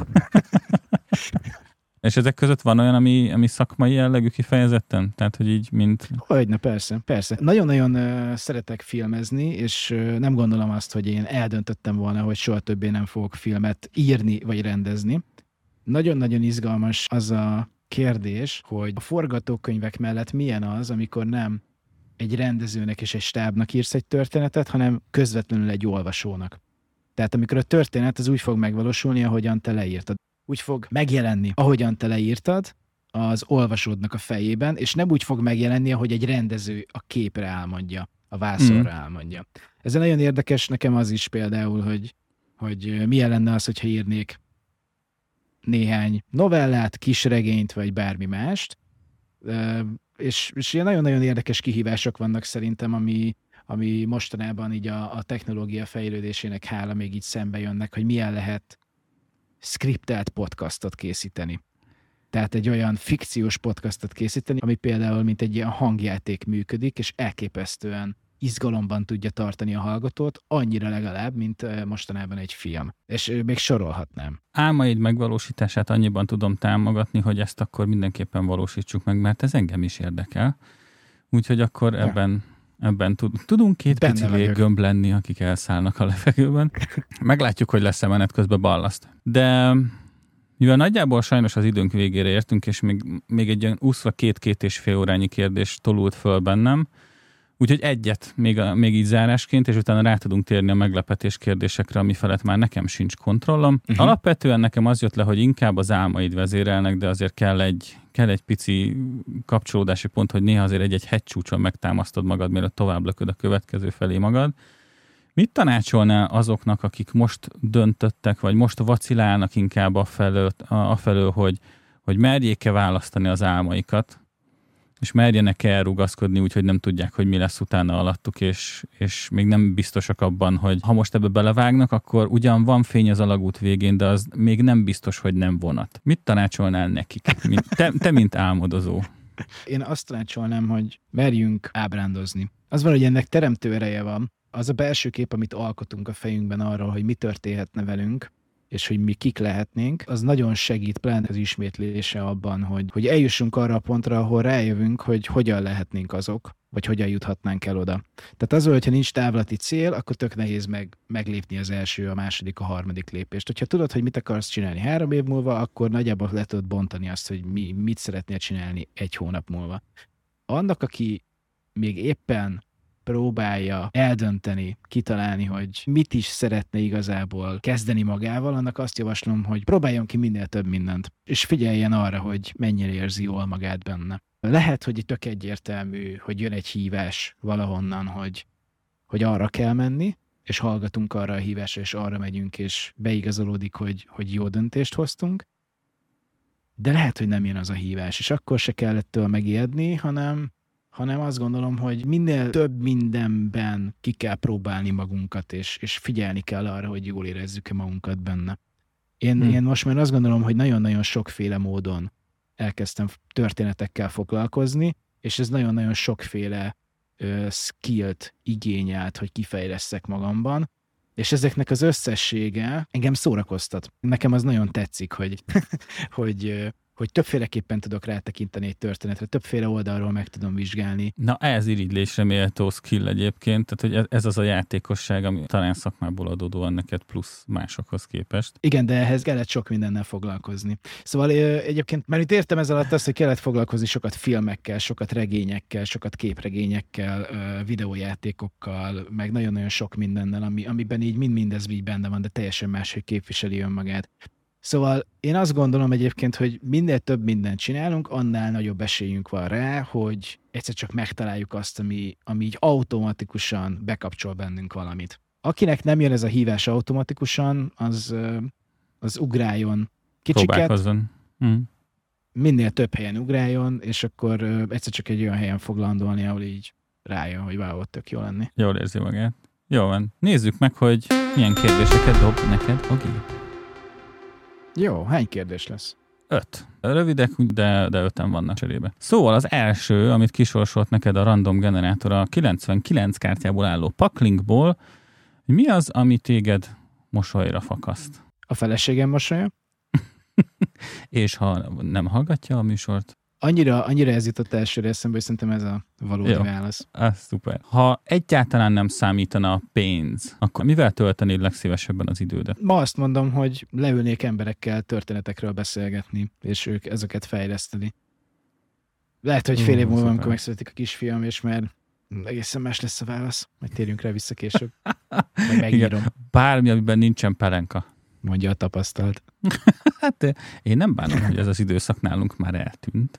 És ezek között van olyan, ami, ami szakmai jellegű kifejezetten? Tehát, hogy így, mint... Hogyne, persze, persze. Nagyon-nagyon uh, szeretek filmezni, és uh, nem gondolom azt, hogy én eldöntöttem volna, hogy soha többé nem fogok filmet írni, vagy rendezni. Nagyon-nagyon izgalmas az a kérdés, hogy a forgatókönyvek mellett milyen az, amikor nem egy rendezőnek és egy stábnak írsz egy történetet, hanem közvetlenül egy olvasónak. Tehát amikor a történet az úgy fog megvalósulni, ahogyan te leírtad. Úgy fog megjelenni, ahogyan te leírtad, az olvasódnak a fejében, és nem úgy fog megjelenni, ahogy egy rendező a képre álmodja, a vászonra mm. álmodja. Ez nagyon érdekes nekem az is például, hogy, hogy milyen lenne az, hogyha írnék néhány novellát, kisregényt, vagy bármi mást, és, és ilyen nagyon-nagyon érdekes kihívások vannak szerintem, ami, ami mostanában így a, a technológia fejlődésének hála még így szembe jönnek, hogy milyen lehet skriptelt podcastot készíteni. Tehát egy olyan fikciós podcastot készíteni, ami például mint egy ilyen hangjáték működik, és elképesztően izgalomban tudja tartani a hallgatót, annyira legalább, mint mostanában egy film. És még sorolhatnám. Álmaid megvalósítását annyiban tudom támogatni, hogy ezt akkor mindenképpen valósítsuk meg, mert ez engem is érdekel. Úgyhogy akkor ja. ebben, ebben tud, tudunk két Benne pici léggömb lenni, akik elszállnak a levegőben. Meglátjuk, hogy lesz-e menet közben ballaszt. De mivel nagyjából sajnos az időnk végére értünk, és még, még egy olyan úszva két-két és fél órányi kérdés tolult föl bennem, Úgyhogy egyet még, a, még így zárásként, és utána rá tudunk térni a meglepetés kérdésekre, ami felett már nekem sincs kontrollom. Uh-huh. Alapvetően nekem az jött le, hogy inkább az álmaid vezérelnek, de azért kell egy, kell egy pici kapcsolódási pont, hogy néha azért egy-egy hegycsúcson megtámasztod magad, mielőtt tovább lököd a következő felé magad. Mit tanácsolnál azoknak, akik most döntöttek, vagy most vacilálnak inkább afelől, afelől hogy, hogy merjék-e választani az álmaikat, és merjenek elrugaszkodni úgy, hogy nem tudják, hogy mi lesz utána alattuk, és, és még nem biztosak abban, hogy ha most ebbe belevágnak, akkor ugyan van fény az alagút végén, de az még nem biztos, hogy nem vonat. Mit tanácsolnál nekik? Mint, te, te, mint álmodozó. Én azt tanácsolnám, hogy merjünk ábrándozni. Az van, hogy ennek teremtő ereje van. Az a belső kép, amit alkotunk a fejünkben arról, hogy mi történhetne velünk, és hogy mi kik lehetnénk, az nagyon segít, pláne az ismétlése abban, hogy, hogy eljussunk arra a pontra, ahol rájövünk, hogy hogyan lehetnénk azok, vagy hogyan juthatnánk el oda. Tehát az, hogyha nincs távlati cél, akkor tök nehéz meg, meglépni az első, a második, a harmadik lépést. Hogyha tudod, hogy mit akarsz csinálni három év múlva, akkor nagyjából le tudod bontani azt, hogy mi, mit szeretnél csinálni egy hónap múlva. Annak, aki még éppen próbálja eldönteni, kitalálni, hogy mit is szeretne igazából kezdeni magával, annak azt javaslom, hogy próbáljon ki minél több mindent, és figyeljen arra, hogy mennyire érzi jól magát benne. Lehet, hogy tök egyértelmű, hogy jön egy hívás valahonnan, hogy, hogy arra kell menni, és hallgatunk arra a hívásra, és arra megyünk, és beigazolódik, hogy, hogy jó döntést hoztunk, de lehet, hogy nem jön az a hívás, és akkor se kell ettől megijedni, hanem hanem azt gondolom, hogy minél több mindenben ki kell próbálni magunkat, és, és figyelni kell arra, hogy jól érezzük-e magunkat benne. Én, hmm. én most már azt gondolom, hogy nagyon-nagyon sokféle módon elkezdtem történetekkel foglalkozni, és ez nagyon-nagyon sokféle ö, skillt igényelt, hogy kifejlesszek magamban, és ezeknek az összessége engem szórakoztat. Nekem az nagyon tetszik, hogy, hogy hogy többféleképpen tudok rátekinteni egy történetre, többféle oldalról meg tudom vizsgálni. Na, ez irigylésre méltó skill egyébként, tehát hogy ez az a játékosság, ami talán szakmából adódóan neked plusz másokhoz képest. Igen, de ehhez kellett sok mindennel foglalkozni. Szóval egyébként már itt értem ez alatt azt, hogy kellett foglalkozni sokat filmekkel, sokat regényekkel, sokat képregényekkel, videójátékokkal, meg nagyon-nagyon sok mindennel, ami, amiben így mind-mindez így benne van, de teljesen máshogy képviseli önmagát. Szóval én azt gondolom egyébként, hogy minél több mindent csinálunk, annál nagyobb esélyünk van rá, hogy egyszer csak megtaláljuk azt, ami, ami így automatikusan bekapcsol bennünk valamit. Akinek nem jön ez a hívás automatikusan, az, az ugráljon kicsiket. Próbálkozzon. Mm. Minél több helyen ugráljon, és akkor egyszer csak egy olyan helyen fog landolni, ahol így rájön, hogy wow, ott tök jó lenni. Jól érzi magát. Jó van. Nézzük meg, hogy milyen kérdéseket dob neked a gép. Jó, hány kérdés lesz? Öt. Rövidek, de, de öten vannak cserébe. Szóval az első, amit kisorsolt neked a random generátor a kilencvenkilenc kártyából álló paklinkból, mi az, ami téged mosolyra fakaszt? A feleségem mosolya. És ha nem hallgatja a műsort? Annyira, annyira ez jutott elsőre eszembe, hogy szerintem ez a valódi Jó. válasz. Ah, szuper. Ha egyáltalán nem számítana a pénz, akkor mivel töltenéd legszívesebben az idődet? Ma azt mondom, hogy leülnék emberekkel történetekről beszélgetni, és ők ezeket fejleszteni. Lehet, hogy fél év múlva, amikor megszületik a kisfiam, és már egészen más lesz a válasz. Majd térjünk rá vissza később. Majd megírom. Igen. Bármi, amiben nincsen pelenka. Mondja a tapasztalt. Hát én nem bánom, hogy ez az időszak nálunk már eltűnt.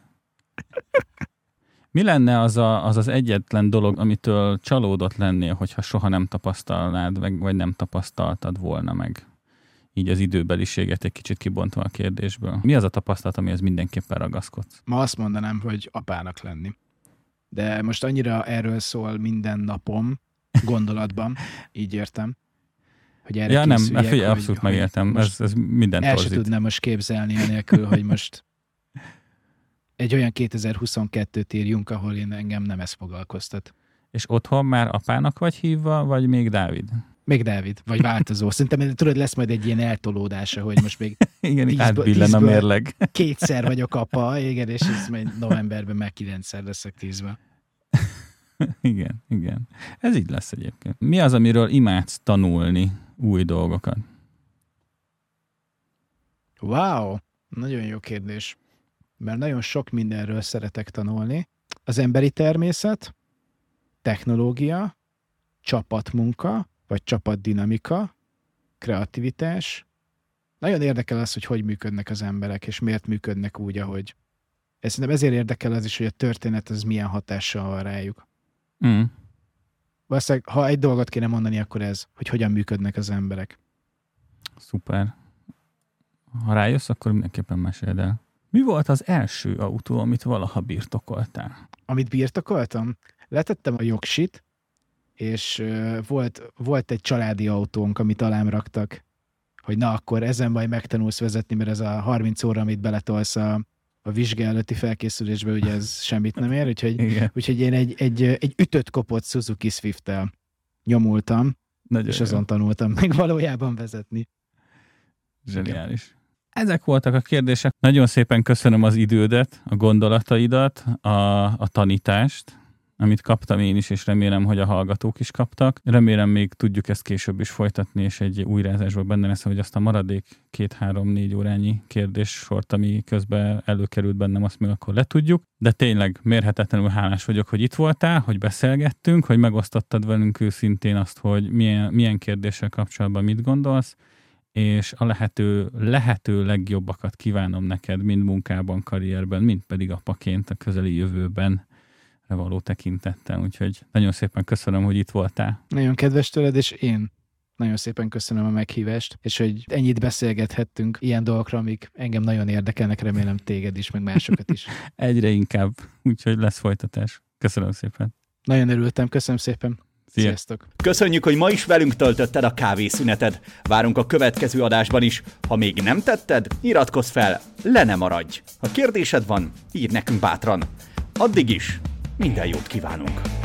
Mi lenne az, a, az az egyetlen dolog, amitől csalódott lennél, hogyha soha nem tapasztalnád, meg, vagy nem tapasztaltad volna meg? Így az időbeliséget egy kicsit kibontva a kérdésből. Mi az a tapasztalat, amihez mindenképpen ragaszkodsz? Ma azt mondanám, hogy apának lenni. De most annyira erről szól minden napom, gondolatban, így értem, hogy erre ja, nem, készüljek, figyelj, hogy, abszolút hogy megértem. Ez, ez minden el torzít. se tudnám most képzelni anélkül, hogy most egy olyan kétezer-huszonkettőt írjunk, ahol én engem nem ez foglalkoztat. És otthon már apának vagy hívva, vagy még Dávid? Még Dávid, vagy változó. Szerintem tudod, lesz majd egy ilyen eltolódása, hogy most még igen, átbillen a mérleg. Kétszer vagyok apa, igen, és ez majd novemberben már kilencszer leszek tízben. Igen, igen. Ez így lesz egyébként. Mi az, amiről imádsz tanulni új dolgokat? Wow, nagyon jó kérdés. Mert nagyon sok mindenről szeretek tanulni. Az emberi természet, technológia, csapatmunka, vagy csapatdinamika, kreativitás. Nagyon érdekel az, hogy hogy működnek az emberek, és miért működnek úgy, ahogy. Ez szerintem ezért érdekel az is, hogy a történet az milyen hatással van rájuk. Mm. Valószínűleg, ha egy dolgot kéne mondani, akkor ez, hogy hogyan működnek az emberek. Szuper. Ha rájössz, akkor mindenképpen meséld el. Mi volt az első autó, amit valaha birtokoltál? Amit birtokoltam? Letettem a jogsit, és uh, volt, volt egy családi autónk, amit alám raktak, hogy na akkor ezen majd megtanulsz vezetni, mert ez a harminc óra, amit beletolsz a, a vizsga előtti felkészülésbe, ugye ez semmit nem ér, úgyhogy, úgyhogy én egy, egy, egy ütött kopott Suzuki Swift-tel nyomultam, nagyon és jó. Azon tanultam meg valójában vezetni. Zseniális. Ezek voltak a kérdések. Nagyon szépen köszönöm az idődet, a gondolataidat, a, a tanítást, amit kaptam én is, és remélem, hogy a hallgatók is kaptak. Remélem még tudjuk ezt később is folytatni, és egy újrázásban benne lesz, hogy azt a maradék két-három-négy órányi kérdéssort, ami közben előkerült bennem, azt még akkor letudjuk. De tényleg mérhetetlenül hálás vagyok, hogy itt voltál, hogy beszélgettünk, hogy megosztottad velünk őszintén azt, hogy milyen, milyen kérdéssel kapcsolatban mit gondolsz, és a lehető, lehető legjobbakat kívánom neked, mind munkában, karrierben, mind pedig apaként a közeli jövőben való tekintettel. Úgyhogy nagyon szépen köszönöm, hogy itt voltál. Nagyon kedves tőled, és én nagyon szépen köszönöm a meghívást, és hogy ennyit beszélgethettünk ilyen dolgokra, amik engem nagyon érdekelnek, remélem téged is, meg másokat is. Egyre inkább, úgyhogy lesz folytatás. Köszönöm szépen. Nagyon örültem, köszönöm szépen. Szia. Sziasztok! Köszönjük, hogy ma is velünk töltötted a kávészüneted. Várunk a következő adásban is. Ha még nem tetted, iratkozz fel, le ne maradj. Ha kérdésed van, írd nekünk bátran. Addig is minden jót kívánunk!